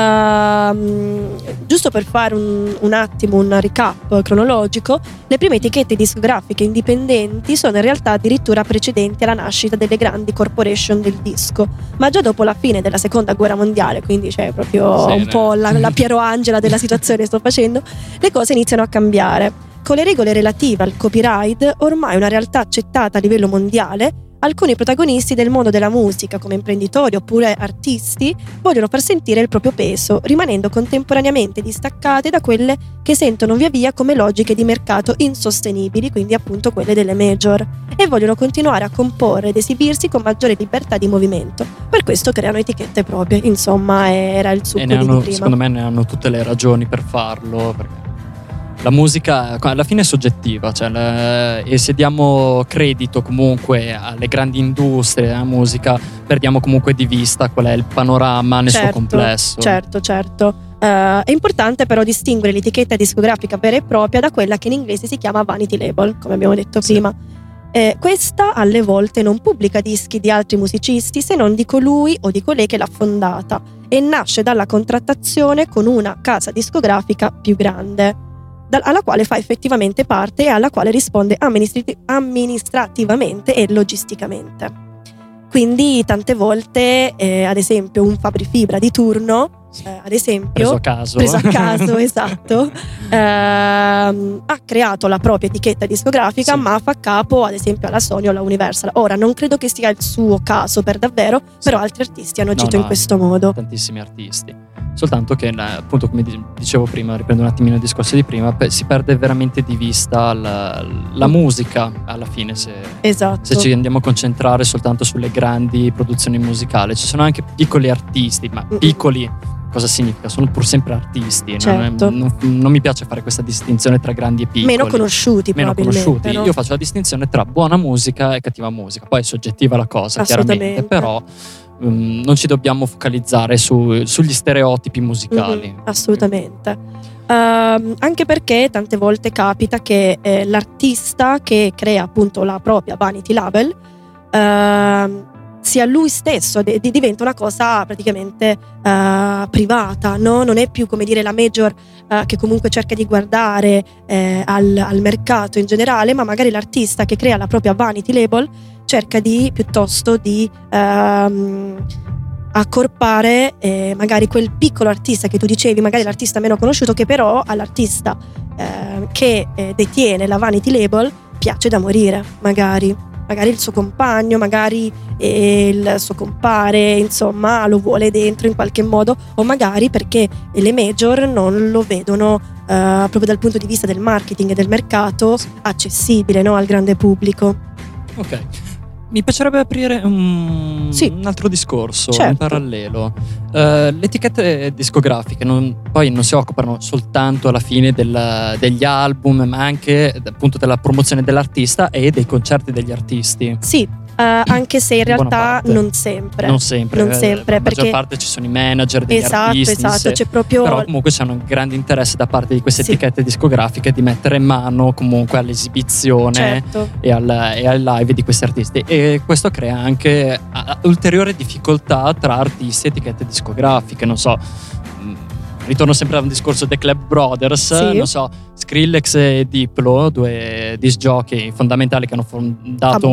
giusto per fare un attimo un recap cronologico, le prime etichette discografiche indipendenti sono in realtà addirittura precedenti alla nascita delle grandi corporation del disco, ma già dopo la fine della seconda guerra mondiale, quindi c'è proprio un po' la Piero Angela della situazione sto facendo, le cose iniziano a cambiare. Con le regole relative al copyright, ormai una realtà accettata a livello mondiale, alcuni protagonisti del mondo della musica, come imprenditori oppure artisti, vogliono far sentire il proprio peso, rimanendo contemporaneamente distaccate da quelle che sentono via via come logiche di mercato insostenibili, quindi appunto quelle delle major, e vogliono continuare a comporre ed esibirsi con maggiore libertà di movimento. Per questo creano etichette proprie, insomma, era il succo di prima. Secondo me ne hanno tutte le ragioni per farlo, perché la musica alla fine è soggettiva, cioè, e se diamo credito comunque alle grandi industrie della musica, perdiamo comunque di vista qual è il panorama nel suo complesso. Certo. È importante però distinguere l'etichetta discografica vera e propria da quella che in inglese si chiama vanity label, come abbiamo detto prima. Questa alle volte non pubblica dischi di altri musicisti se non di colui o di colei che l'ha fondata, e nasce dalla contrattazione con una casa discografica più grande, alla quale fa effettivamente parte e alla quale risponde amministrativamente e logisticamente. Quindi tante volte, ad esempio, un Fabri Fibra di turno, ad esempio, preso a caso esatto, ha creato la propria etichetta discografica, sì, ma fa capo ad esempio alla Sony o alla Universal. Ora non credo che sia il suo caso per davvero, sì, però altri artisti hanno agito in questo modo. Tantissimi artisti. Soltanto che appunto, come dicevo prima, riprendo un attimino il discorso di prima, si perde veramente di vista la musica alla fine, se ci andiamo a concentrare soltanto sulle grandi produzioni musicali. Ci sono anche piccoli artisti, ma piccoli cosa significa? Sono pur sempre artisti. Certo. Non mi piace fare questa distinzione tra grandi e piccoli. Meno conosciuti. No? Io faccio la distinzione tra buona musica e cattiva musica. Poi è soggettiva la cosa, chiaramente, però non ci dobbiamo focalizzare sugli stereotipi musicali. Assolutamente. Anche perché tante volte capita che l'artista che crea appunto la propria vanity label sia lui stesso, diventa una cosa praticamente privata, no? Non è più, come dire, la major che comunque cerca di guardare al mercato in generale, ma magari l'artista che crea la propria vanity label cerca piuttosto di accorpare magari quel piccolo artista che tu dicevi, magari l'artista meno conosciuto, che però all'artista che detiene la vanity label piace da morire, magari il suo compagno, magari il suo compare, insomma lo vuole dentro in qualche modo, o magari perché le major non lo vedono proprio dal punto di vista del marketing e del mercato accessibile, no, al grande pubblico. Ok. Mi piacerebbe aprire un altro discorso, certo, in parallelo. Le etichette discografiche poi non si occupano soltanto alla fine degli album, ma anche appunto della promozione dell'artista e dei concerti degli artisti. Sì. Anche se in realtà non sempre, per perché maggior parte ci sono i manager degli artisti, c'è proprio, però comunque c'è un grande interesse da parte di queste etichette discografiche di mettere mano comunque all'esibizione, certo, e al live di questi artisti, e questo crea anche ulteriore difficoltà tra artisti e etichette discografiche. Non so, ritorno sempre a un discorso dei Club Brothers, non so, Skrillex e Diplo, due disc jockey fondamentali che hanno fondato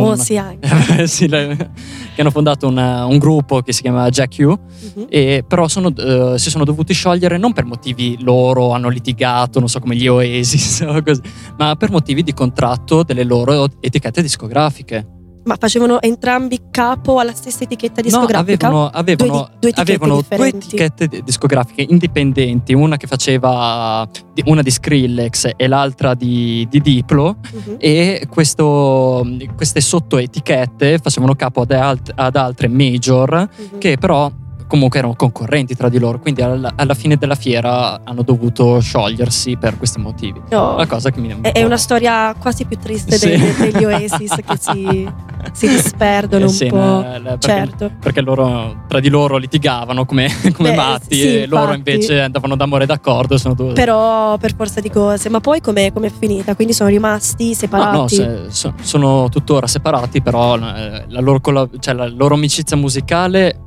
che hanno fondato un gruppo che si chiama Jack U, e però si sono dovuti sciogliere non per motivi loro, hanno litigato, non so, come gli Oasis o così, ma per motivi di contratto delle loro etichette discografiche. Ma facevano entrambi capo alla stessa etichetta discografica? No, avevano due etichette discografiche indipendenti, una che faceva una di Skrillex e l'altra di Diplo, e queste sottoetichette facevano capo ad altre major che però comunque erano concorrenti tra di loro, quindi alla fine della fiera hanno dovuto sciogliersi per questi motivi. La cosa che è una storia quasi più triste degli Oasis che si disperdono un po'. Certo. Perché loro tra di loro litigavano come matti, e loro invece andavano d'amore d'accordo. Però per forza di cose. Ma poi com'è finita? Quindi sono rimasti separati? No, sono tuttora separati, però la loro amicizia musicale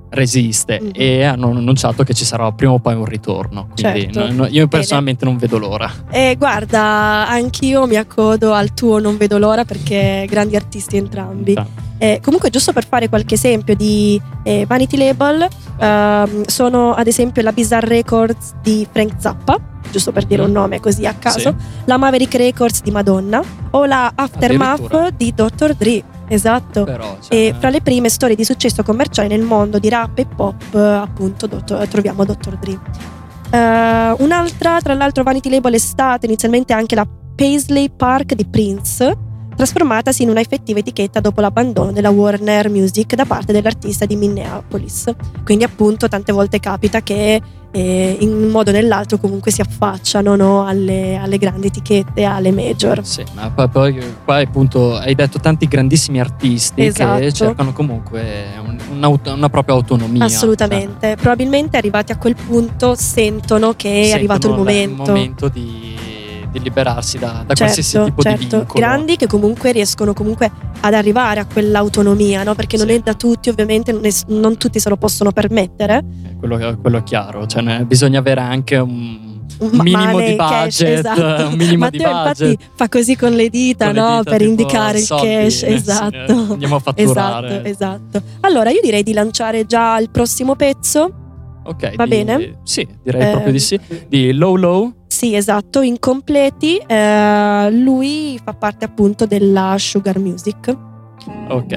resiste e hanno annunciato che ci sarà prima o poi un ritorno, quindi Certo. io personalmente non vedo l'ora. E guarda, anch'io mi accodo al tuo non vedo l'ora, perché grandi artisti entrambi. Comunque, giusto per fare qualche esempio di Vanity Label, sono ad esempio la Bizarre Records di Frank Zappa, giusto per dire un nome così a caso, la Maverick Records di Madonna o la Aftermath di Dr. Dre. Esatto. Però, e fra le prime storie di successo commerciale nel mondo di rap e pop, appunto, troviamo Dr. Dre. Un'altra, tra l'altro, Vanity Label è stata inizialmente anche la Paisley Park di Prince, trasformatasi in una effettiva etichetta dopo l'abbandono della Warner Music da parte dell'artista di Minneapolis. Quindi, appunto, tante volte capita che in un modo o nell'altro comunque si affacciano, no, alle grandi etichette, alle major. Sì, ma poi qua appunto hai detto tanti grandissimi artisti Esatto. che cercano comunque una propria autonomia. Assolutamente. Probabilmente arrivati a quel punto sentono che è arrivato il momento di liberarsi da qualsiasi tipo di vincolo. Grandi che comunque riescono comunque ad arrivare a quell'autonomia, no? Perché non è da tutti, ovviamente, non tutti se lo possono permettere. Quello è chiaro, cioè bisogna avere anche un minimo di budget, esatto. un minimo Matteo di budget. infatti fa così con le dita, no? Per tipo indicare il soldi, cash. Esatto. Andiamo a fatturare. Esatto. Allora io direi di lanciare già il prossimo pezzo. Ok, va bene? Sì, direi proprio di sì. Di Low Low. Sì, esatto, Incompleti. Lui fa parte appunto della Sugar Music. Ok.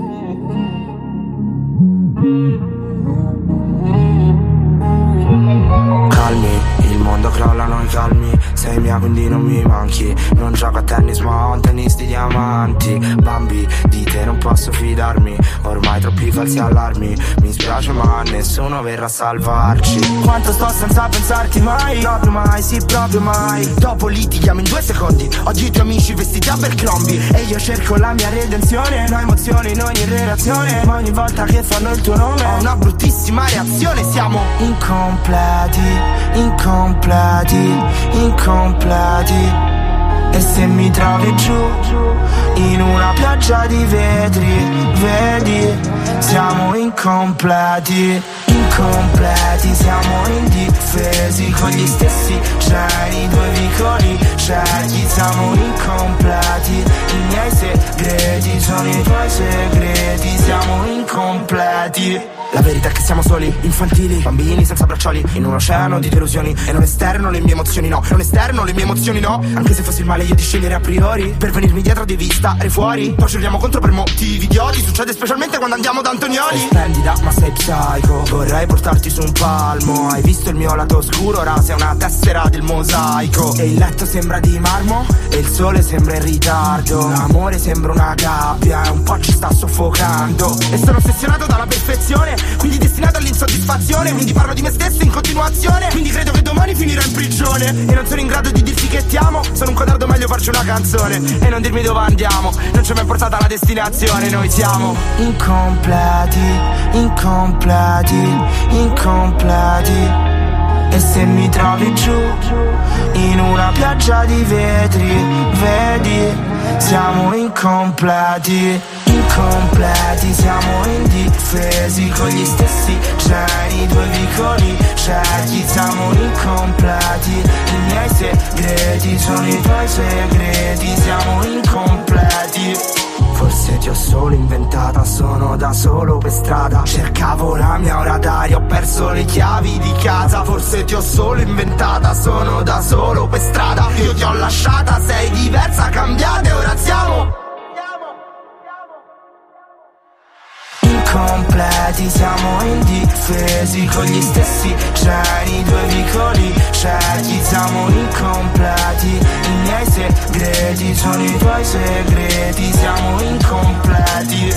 Calmi, il mondo crolla, noi calmi. Sei mia quindi non mi manchi. Non gioco a tennis ma ho un tennis di diamanti. Bambi, di te non posso fidarmi. Ormai troppi falsi allarmi. Mi spiace ma nessuno verrà a salvarci. Quanto sto senza pensarti mai. Proprio mai, sì proprio mai. Dopo litighiamo in 2 secondi. Oggi i tuoi amici vestiti a Abercrombie. E io cerco la mia redenzione. No emozioni in ogni relazione. Ma ogni volta che fanno il tuo nome ho una bruttissima reazione. Siamo incompleti, incompleti, incompleti. E se mi trovi giù in una pioggia di vetri, vedi, siamo incompleti, incompleti, siamo indifesi con gli stessi geni, 2 vicoli ciechi, siamo incompleti, i miei segreti sono i tuoi segreti, siamo incompleti. La verità è che siamo soli, infantili, bambini senza braccioli, in un oceano di delusioni. E non esterno le mie emozioni, no, non esterno le mie emozioni, no. Anche se fossi il male io di scegliere a priori. Per venirmi dietro devi stare fuori. Poi ci urliamo contro per motivi idioti. Succede specialmente quando andiamo da Antonioni. Sei splendida ma sei psycho. Vorrei portarti su un palmo. Hai visto il mio lato oscuro, ora sei una tessera del mosaico. E il letto sembra di marmo e il sole sembra in ritardo. L'amore sembra una gabbia e un po' ci sta soffocando. E sono ossessionato dalla perfezione, quindi destinato all'insoddisfazione. Quindi parlo di me stesso in continuazione. Quindi credo che domani finirò in prigione. E non sono in grado di dirti che ti amo. Sono un quadrato, meglio farci una canzone e non dirmi dove andiamo. Non ci è mai portata la destinazione. Noi siamo incompleti, incompleti, incompleti. E se mi trovi giù in una pioggia di vetri, vedi, siamo incompleti, incompleti, siamo indifesi con gli stessi geni, 2 vicoli ciechi, siamo incompleti, i miei segreti sono i tuoi segreti, siamo incompleti. Forse ti ho solo inventata, sono da solo per strada. Cercavo la mia ora d'aria, ho perso le chiavi di casa. Forse ti ho solo inventata, sono da solo per strada. Io ti ho lasciata, sei diversa, cambiata e ora siamo incompleti, siamo indifesi con gli stessi geni, 2 vicoli ciechi, siamo incompleti, i miei segreti sono i tuoi segreti, siamo incompleti.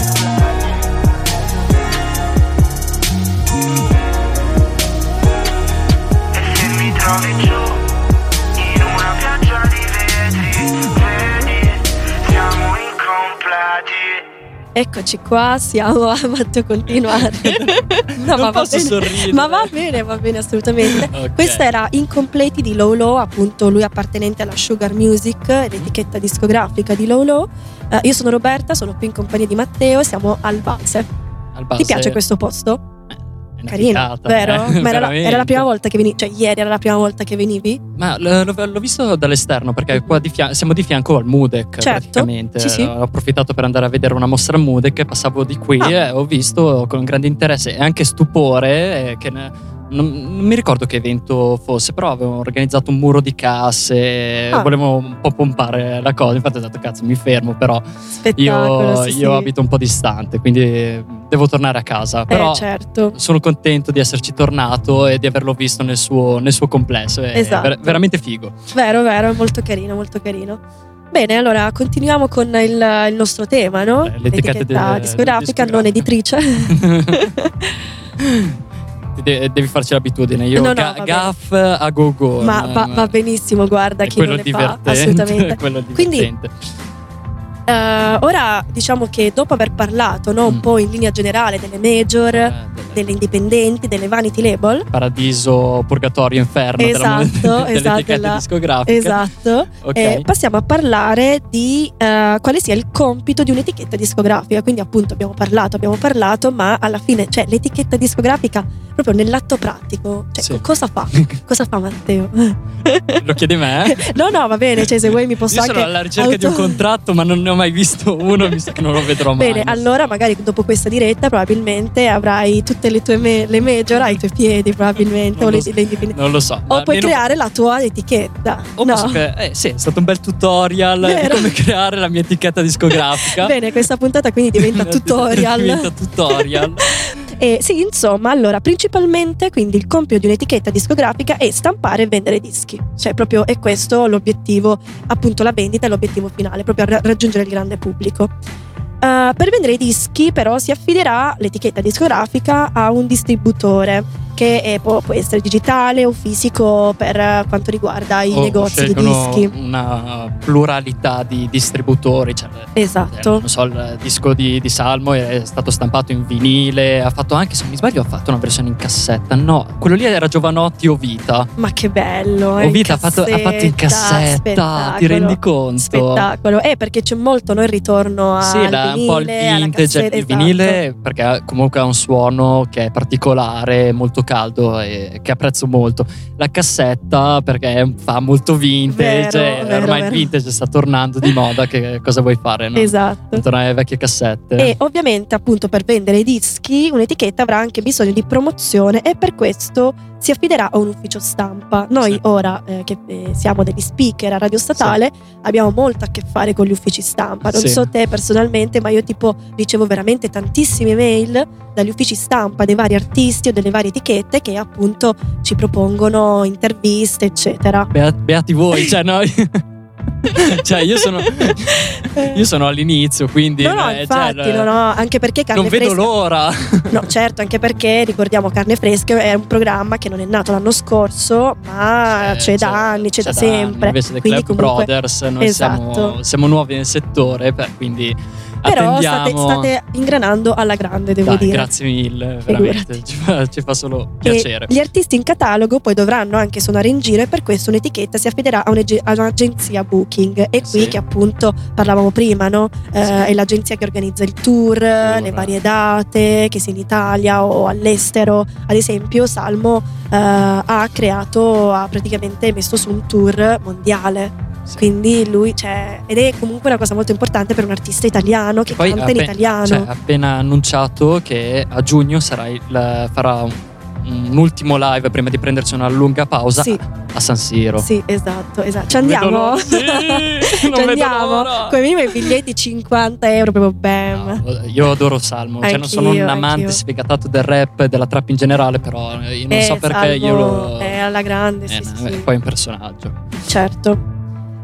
E se mi trovi giù in una pioggia di vetri, vedi, siamo incompleti. Eccoci qua, siamo a Matteo continuare. No, non posso sorridere. Ma va bene assolutamente. Okay. Questa era Incompleti di Low Low, appunto lui appartenente alla Sugar Music, l'etichetta discografica di Low Low. Io sono Roberta, sono qui in compagnia di Matteo, siamo al Valse. Al Valse. Ti piace questo posto? Carino, vero? Ma era la prima volta che venivi, cioè ieri era la prima volta che venivi? Ma l'ho visto dall'esterno perché qua siamo di fianco al Mudec, certo, praticamente. Sì. Ho approfittato per andare a vedere una mostra al Mudec, passavo di qui e ho visto con grande interesse e anche stupore che non mi ricordo che evento fosse, però avevo organizzato un muro di casse, volevo un po' pompare la cosa, infatti ho detto cazzo mi fermo, però io abito un po' distante, quindi devo tornare a casa, però certo. Sono contento di esserci tornato e di averlo visto nel suo complesso, è veramente figo. Vero, è molto carino, molto carino. Bene, allora continuiamo con il nostro tema, no? L'etichetta discografica, non editrice. Devi farci l'abitudine. Io gaff a go-go. Ma va benissimo, guarda, chi non ne fa, assolutamente. Quello divertente. Quindi ora diciamo che dopo aver parlato un po' in linea generale delle major, delle indipendenti, delle vanity label, paradiso, purgatorio, inferno dell'etichetta discografica, esatto, okay. Passiamo a parlare di quale sia il compito di un'etichetta discografica. Quindi appunto abbiamo parlato, ma alla fine, cioè, l'etichetta discografica proprio nell'atto pratico, cioè, cosa fa? Cosa fa Matteo? Lo chiedi a me? No, va bene, cioè se vuoi mi posso Io anche sono alla ricerca di un contratto, ma non ne ho mai visto uno, visto che non lo vedrò mai. Bene, allora magari dopo questa diretta probabilmente avrai tutte le tue le major ai tuoi piedi, probabilmente, non le indipendenti. Non lo so. O puoi creare la tua etichetta. Sì, è stato un bel tutorial di come creare la mia etichetta discografica. Bene, questa puntata quindi diventa tutorial. Sì, insomma, allora principalmente quindi il compito di un'etichetta discografica è stampare e vendere dischi, cioè proprio è questo l'obiettivo, appunto la vendita è l'obiettivo finale, proprio a raggiungere il grande pubblico. Per vendere i dischi però si affiderà l'etichetta discografica a un distributore che può essere digitale o fisico per quanto riguarda i negozi di dischi. Una pluralità di distributori, cioè, esatto. Non so, il disco di Salmo è stato stampato in vinile, ha fatto anche, se non mi sbaglio, ha fatto una versione in cassetta. No, quello lì era Giovanotti o Vita. Ma che bello! Vita ha fatto in cassetta, spettacolo, ti rendi conto? Spettacolo, perché c'è molto il ritorno al vinile, un po' il vintage, il vinile, perché comunque ha un suono che è particolare, molto caldo e che apprezzo molto. La cassetta perché fa molto vintage, ormai il vintage sta tornando di moda, che cosa vuoi fare, no? Esatto. Tornare alle vecchie cassette. E ovviamente appunto per vendere i dischi un'etichetta avrà anche bisogno di promozione e per questo si affiderà a un ufficio stampa. Noi ora che siamo degli speaker a Radio Statale abbiamo molto a che fare con gli uffici stampa. Non so te personalmente, ma io tipo ricevo veramente tantissime mail dagli uffici stampa dei vari artisti o delle varie etichette che appunto ci propongono interviste eccetera. Beati voi, cioè noi cioè io sono all'inizio, quindi infatti, anche perché Carne non vedo l'ora. No, certo, anche perché ricordiamo Carne Fresca è un programma che non è nato l'anno scorso, ma c'è da anni, c'è da sempre. Invece dei Club Brothers noi siamo nuovi nel settore, quindi però state ingranando alla grande, devo dire. Grazie mille, veramente ci fa solo piacere. Gli artisti in catalogo poi dovranno anche suonare in giro e per questo un'etichetta si affiderà a un'agenzia booking. E qui che appunto parlavamo prima, no? È l'agenzia che organizza il tour, le varie date, che sia in Italia o all'estero. Ad esempio Salmo ha praticamente messo su un tour mondiale. Quindi lui ed è comunque una cosa molto importante per un artista italiano che canta in italiano. Ha appena annunciato che a giugno farà un ultimo live prima di prendersi una lunga pausa a San Siro. Sì, esatto. Ci andiamo? Ci andiamo. Come minimo i biglietti 50 euro proprio bam. No, io adoro Salmo, non sono un amante sfegatato del rap e della trap in generale, però io non so perché Salmo io lo è alla grande, sì. Poi è un personaggio. Certo.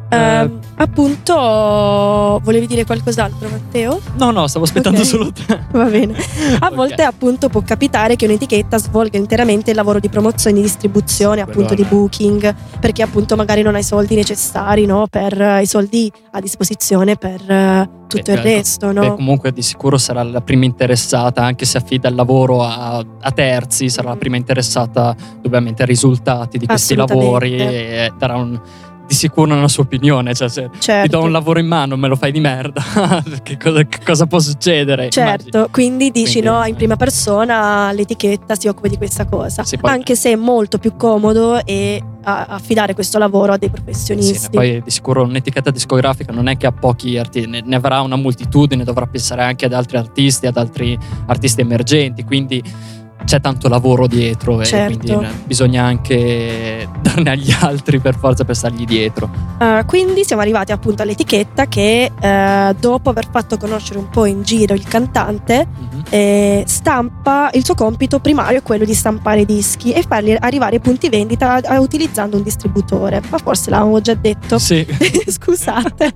Appunto, volevi dire qualcos'altro, Matteo? No, stavo aspettando solo te. Va bene. A volte appunto può capitare che un'etichetta svolga interamente il lavoro di promozione e distribuzione, appunto di booking, perché appunto magari non hai i soldi necessari, no? Per i soldi a disposizione per tutto il resto, no? Comunque di sicuro sarà la prima interessata, anche se affida il lavoro a terzi, sarà la prima interessata ovviamente ai risultati di questi lavori e darà di sicuro una sua opinione, cioè se ti do un lavoro in mano me lo fai di merda, che cosa può succedere? Certo, Immagini. quindi dici no, in prima persona l'etichetta si occupa di questa cosa, sì, poi, anche se è molto più comodo e affidare questo lavoro a dei professionisti. Sì, poi di sicuro un'etichetta discografica non è che ha pochi artisti, ne avrà una moltitudine, dovrà pensare anche ad altri artisti, ad altri artisti emergenti, quindi c'è tanto lavoro dietro, certo. E quindi bisogna anche darne agli altri per forza per stargli dietro. Quindi siamo arrivati appunto all'etichetta che dopo aver fatto conoscere un po' in giro il cantante, stampa, il suo compito primario è quello di stampare dischi e farli arrivare ai punti vendita utilizzando un distributore. Ma forse l'avevamo già detto. Sì. Scusate.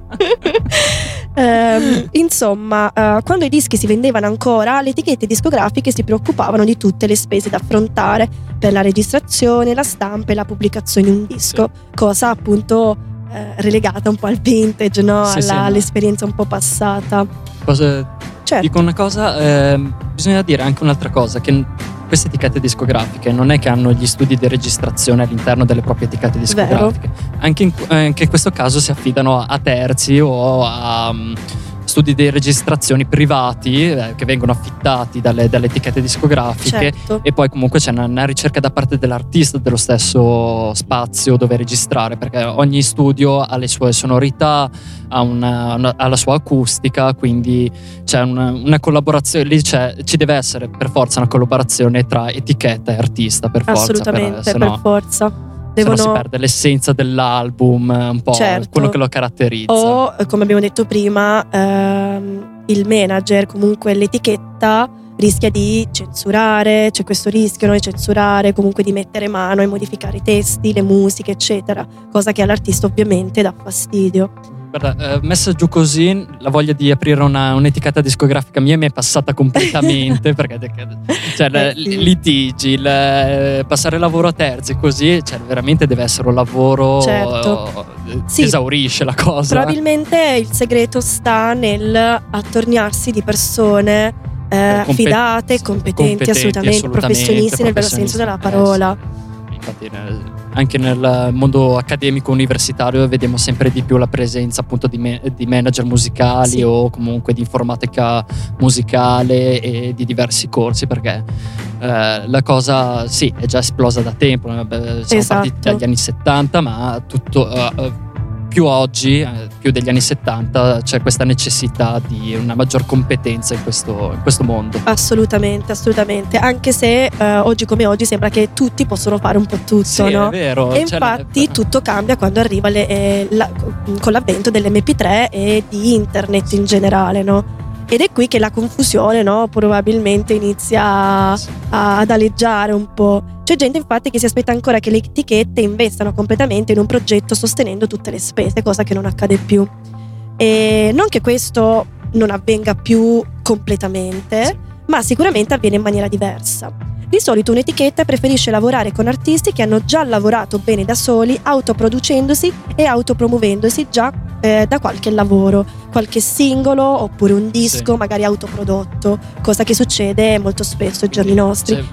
Insomma, quando i dischi si vendevano ancora, le etichette discografiche si preoccupavano di tutte le spese da affrontare per la registrazione, la stampa e la pubblicazione di un disco, cosa appunto relegata un po' al vintage, no? All'esperienza un po' passata. Certo. Dico una cosa, bisogna dire anche un'altra cosa, che queste etichette discografiche non è che hanno gli studi di registrazione all'interno delle proprie etichette discografiche. Anche in questo caso si affidano a terzi o a studi di registrazioni privati che vengono affittati dalle etichette discografiche, certo. E poi comunque c'è una ricerca da parte dell'artista dello stesso spazio dove registrare, perché ogni studio ha le sue sonorità, ha la sua acustica, quindi c'è una collaborazione lì, ci deve essere per forza una collaborazione tra etichetta e artista, per forza. Assolutamente, per forza. Se no si perde l'essenza dell'album, un po' certo. quello che lo caratterizza. O, come abbiamo detto prima, il manager, comunque l'etichetta, rischia di censurare, c'è questo rischio, no? Di censurare, comunque di mettere mano e modificare i testi, le musiche, eccetera, cosa che all'artista ovviamente dà fastidio. Guarda, messa giù così, la voglia di aprire un'etichetta discografica mia mi è passata completamente perché litigi, passare lavoro a terzi così, cioè veramente deve essere un lavoro, certo. Sì, esaurisce la cosa. Probabilmente il segreto sta nel attorniarsi di persone fidate, competenti, assolutamente, professionisti nel vero senso della parola. Infatti anche nel mondo accademico universitario vediamo sempre di più la presenza appunto di manager musicali, sì. O comunque di informatica musicale e di diversi corsi, perché la cosa sì è già esplosa da tempo, siamo partiti dagli anni 70, ma tutto più oggi, più degli anni 70, c'è questa necessità di una maggior competenza in questo mondo. Assolutamente, anche se oggi come oggi sembra che tutti possono fare un po' tutto, sì, no? È vero. E infatti tutto cambia quando arriva con l'avvento dell'MP3 e di internet in generale, no? Ed è qui che la confusione, no, probabilmente inizia ad aleggiare un po'. C'è gente infatti che si aspetta ancora che le etichette investano completamente in un progetto sostenendo tutte le spese, cosa che non accade più. E non che questo non avvenga più completamente, ma sicuramente avviene in maniera diversa. Di solito un'etichetta preferisce lavorare con artisti che hanno già lavorato bene da soli, autoproducendosi e autopromuovendosi già da qualche lavoro, qualche singolo oppure un disco, sì. Magari autoprodotto, cosa che succede molto spesso ai giorni nostri.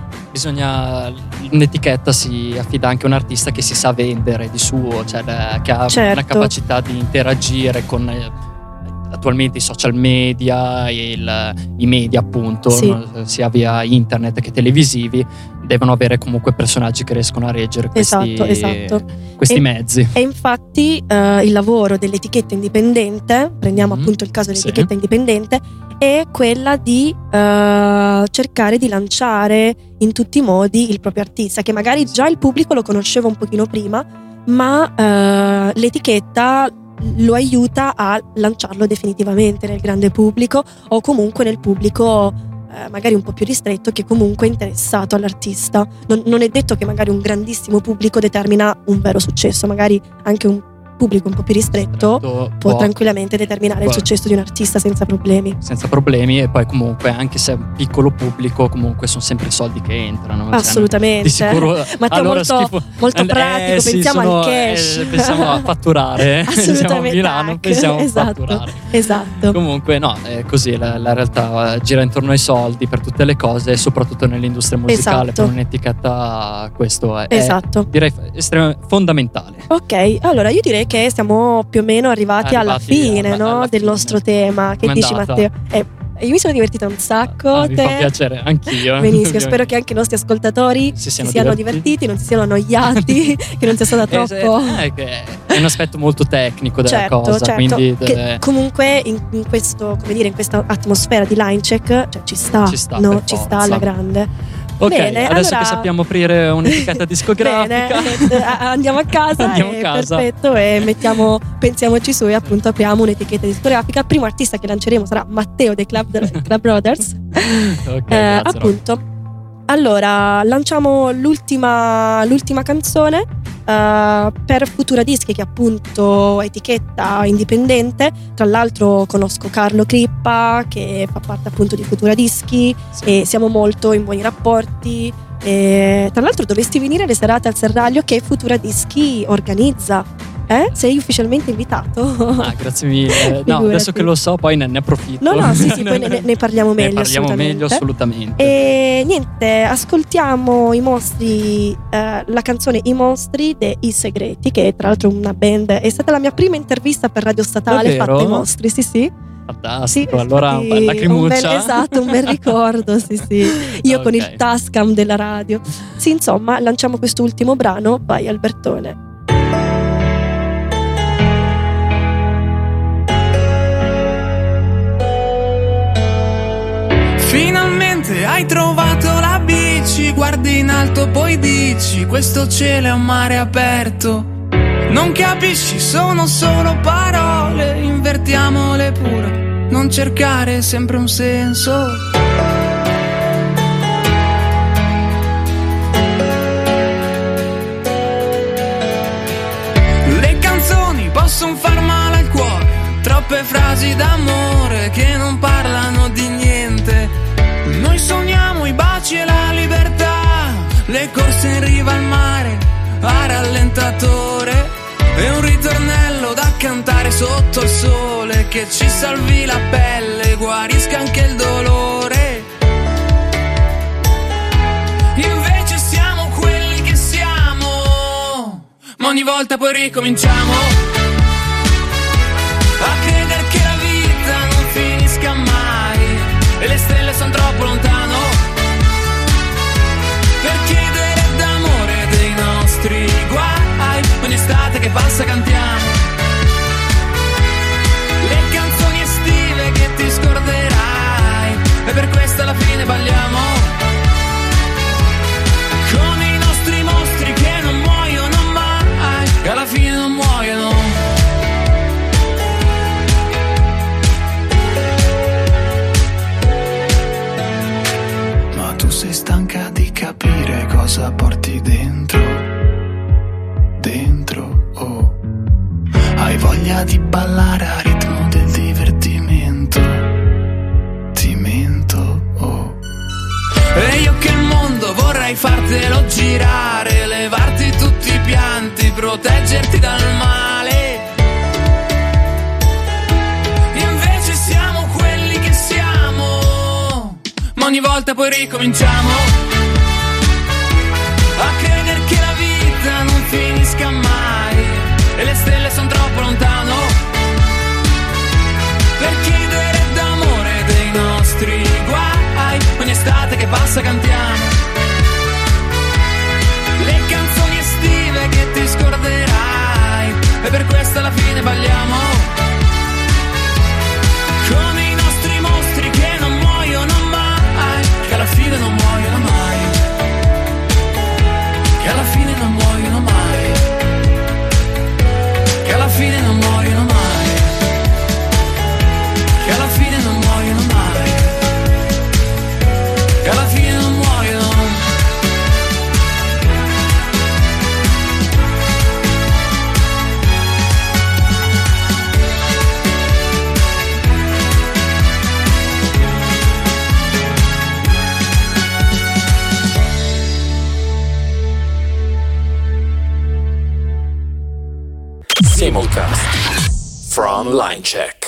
Un'etichetta si affida anche a un artista che si sa vendere di suo, cioè che ha una capacità di interagire con attualmente i social media e i media appunto, sì. Sia via internet che televisivi, devono avere comunque personaggi che riescono a reggere questi mezzi. E infatti il lavoro dell'etichetta indipendente, prendiamo appunto il caso dell'etichetta indipendente, è quella di cercare di lanciare in tutti i modi il proprio artista, che magari già il pubblico lo conosceva un pochino prima, ma l'etichetta lo aiuta a lanciarlo definitivamente nel grande pubblico o comunque nel pubblico magari un po' più ristretto che comunque è interessato all'artista. Non è detto che magari un grandissimo pubblico determina un vero successo, magari anche un pubblico un po' più ristretto può tranquillamente determinare il successo di un artista senza problemi. E poi comunque anche se è un piccolo pubblico comunque sono sempre i soldi che entrano. Assolutamente. Di sicuro. Matteo molto pratico, pensiamo al cash. Pensiamo a fatturare. Siamo a Milano, pensiamo a fatturare. Esatto. Comunque no, è così, la realtà gira intorno ai soldi per tutte le cose, soprattutto nell'industria musicale. Per un'etichetta questo è direi fondamentale. Ok, allora io direi che siamo più o meno arrivati alla fine, no? Del nostro tema. Che Com'è dici, andata? Matteo? Io mi sono divertita un sacco. Mi fa piacere, anch'io. Benissimo, spero che anche i nostri ascoltatori si siano divertiti, non si siano annoiati, che non sia stata troppo. Che è un aspetto molto tecnico della cosa, quindi che comunque in questo, come dire, in questa atmosfera di line check, cioè ci sta alla grande. Ok, bene, adesso allora... che sappiamo aprire un'etichetta discografica, bene, andiamo a casa. Perfetto, e pensiamoci su e appunto apriamo un'etichetta discografica. Il primo artista che lanceremo sarà Matteo dei Club Brothers. Grazie, appunto. Allora, lanciamo l'ultima canzone per Futura Dischi, che è appunto etichetta indipendente. Tra l'altro conosco Carlo Crippa, che fa parte appunto di Futura Dischi, e siamo molto in buoni rapporti. E tra l'altro dovresti venire alle serate al Serraglio che Futura Dischi organizza. Sei ufficialmente invitato. Grazie mille. No, adesso che lo so, poi ne approfitto. No, sì, poi ne parliamo meglio. Ne parliamo meglio, assolutamente. E niente, ascoltiamo i mostri, la canzone I Mostri dei Segreti, che tra l'altro è una band. È stata la mia prima intervista per Radio Statale fatta ai Mostri, sì. Fantastico, sì, allora una lacrimuccia. Un bel ricordo, sì. Io con il Tascam della radio. Sì, insomma, lanciamo quest'ultimo brano, vai Albertone. Finalmente hai trovato la bici, guardi in alto poi dici questo cielo è un mare aperto. Non capisci, sono solo parole, invertiamole pure, non cercare sempre un senso. Le canzoni possono far male al cuore, troppe frasi d'amore che non parlano di niente. Noi sogniamo i baci e la libertà, le corse in riva al mare, a rallentatore, e un ritornello da cantare sotto il sole, che ci salvi la pelle, guarisca anche il dolore. Invece siamo quelli che siamo, ma ogni volta poi ricominciamo a credere che la vita non finisca mai, e le stelle sono troppo lontano per chiedere d'amore dei nostri guai. Ogni estate che passa cantiamo le canzoni estive che ti scorderai, e per questo alla fine balliamo con i nostri mostri che non muoiono mai, che alla fine non muoiono. Sei stanca di capire cosa porti dentro, oh. Hai voglia di ballare a ritmo del divertimento, ti mento, oh. E io che il mondo vorrei fartelo girare, levarti tutti i pianti, proteggerti dal male. Invece siamo quelli che siamo, ma ogni volta poi ricominciamo a credere che la vita non finisca mai, e le stelle sono troppo lontano per chiedere d'amore dei nostri guai. Ogni estate che passa cantiamo le canzoni estive che ti scorderai, e per questo alla fine balliamo con i nostri mostri che non muoiono mai, che alla fine non muoiono mai, che alla fine non muoiono mai, che alla fine non muoiono mai, che alla fine non muoiono mai, che alla fine non muoiono. Simulcast from Line Check.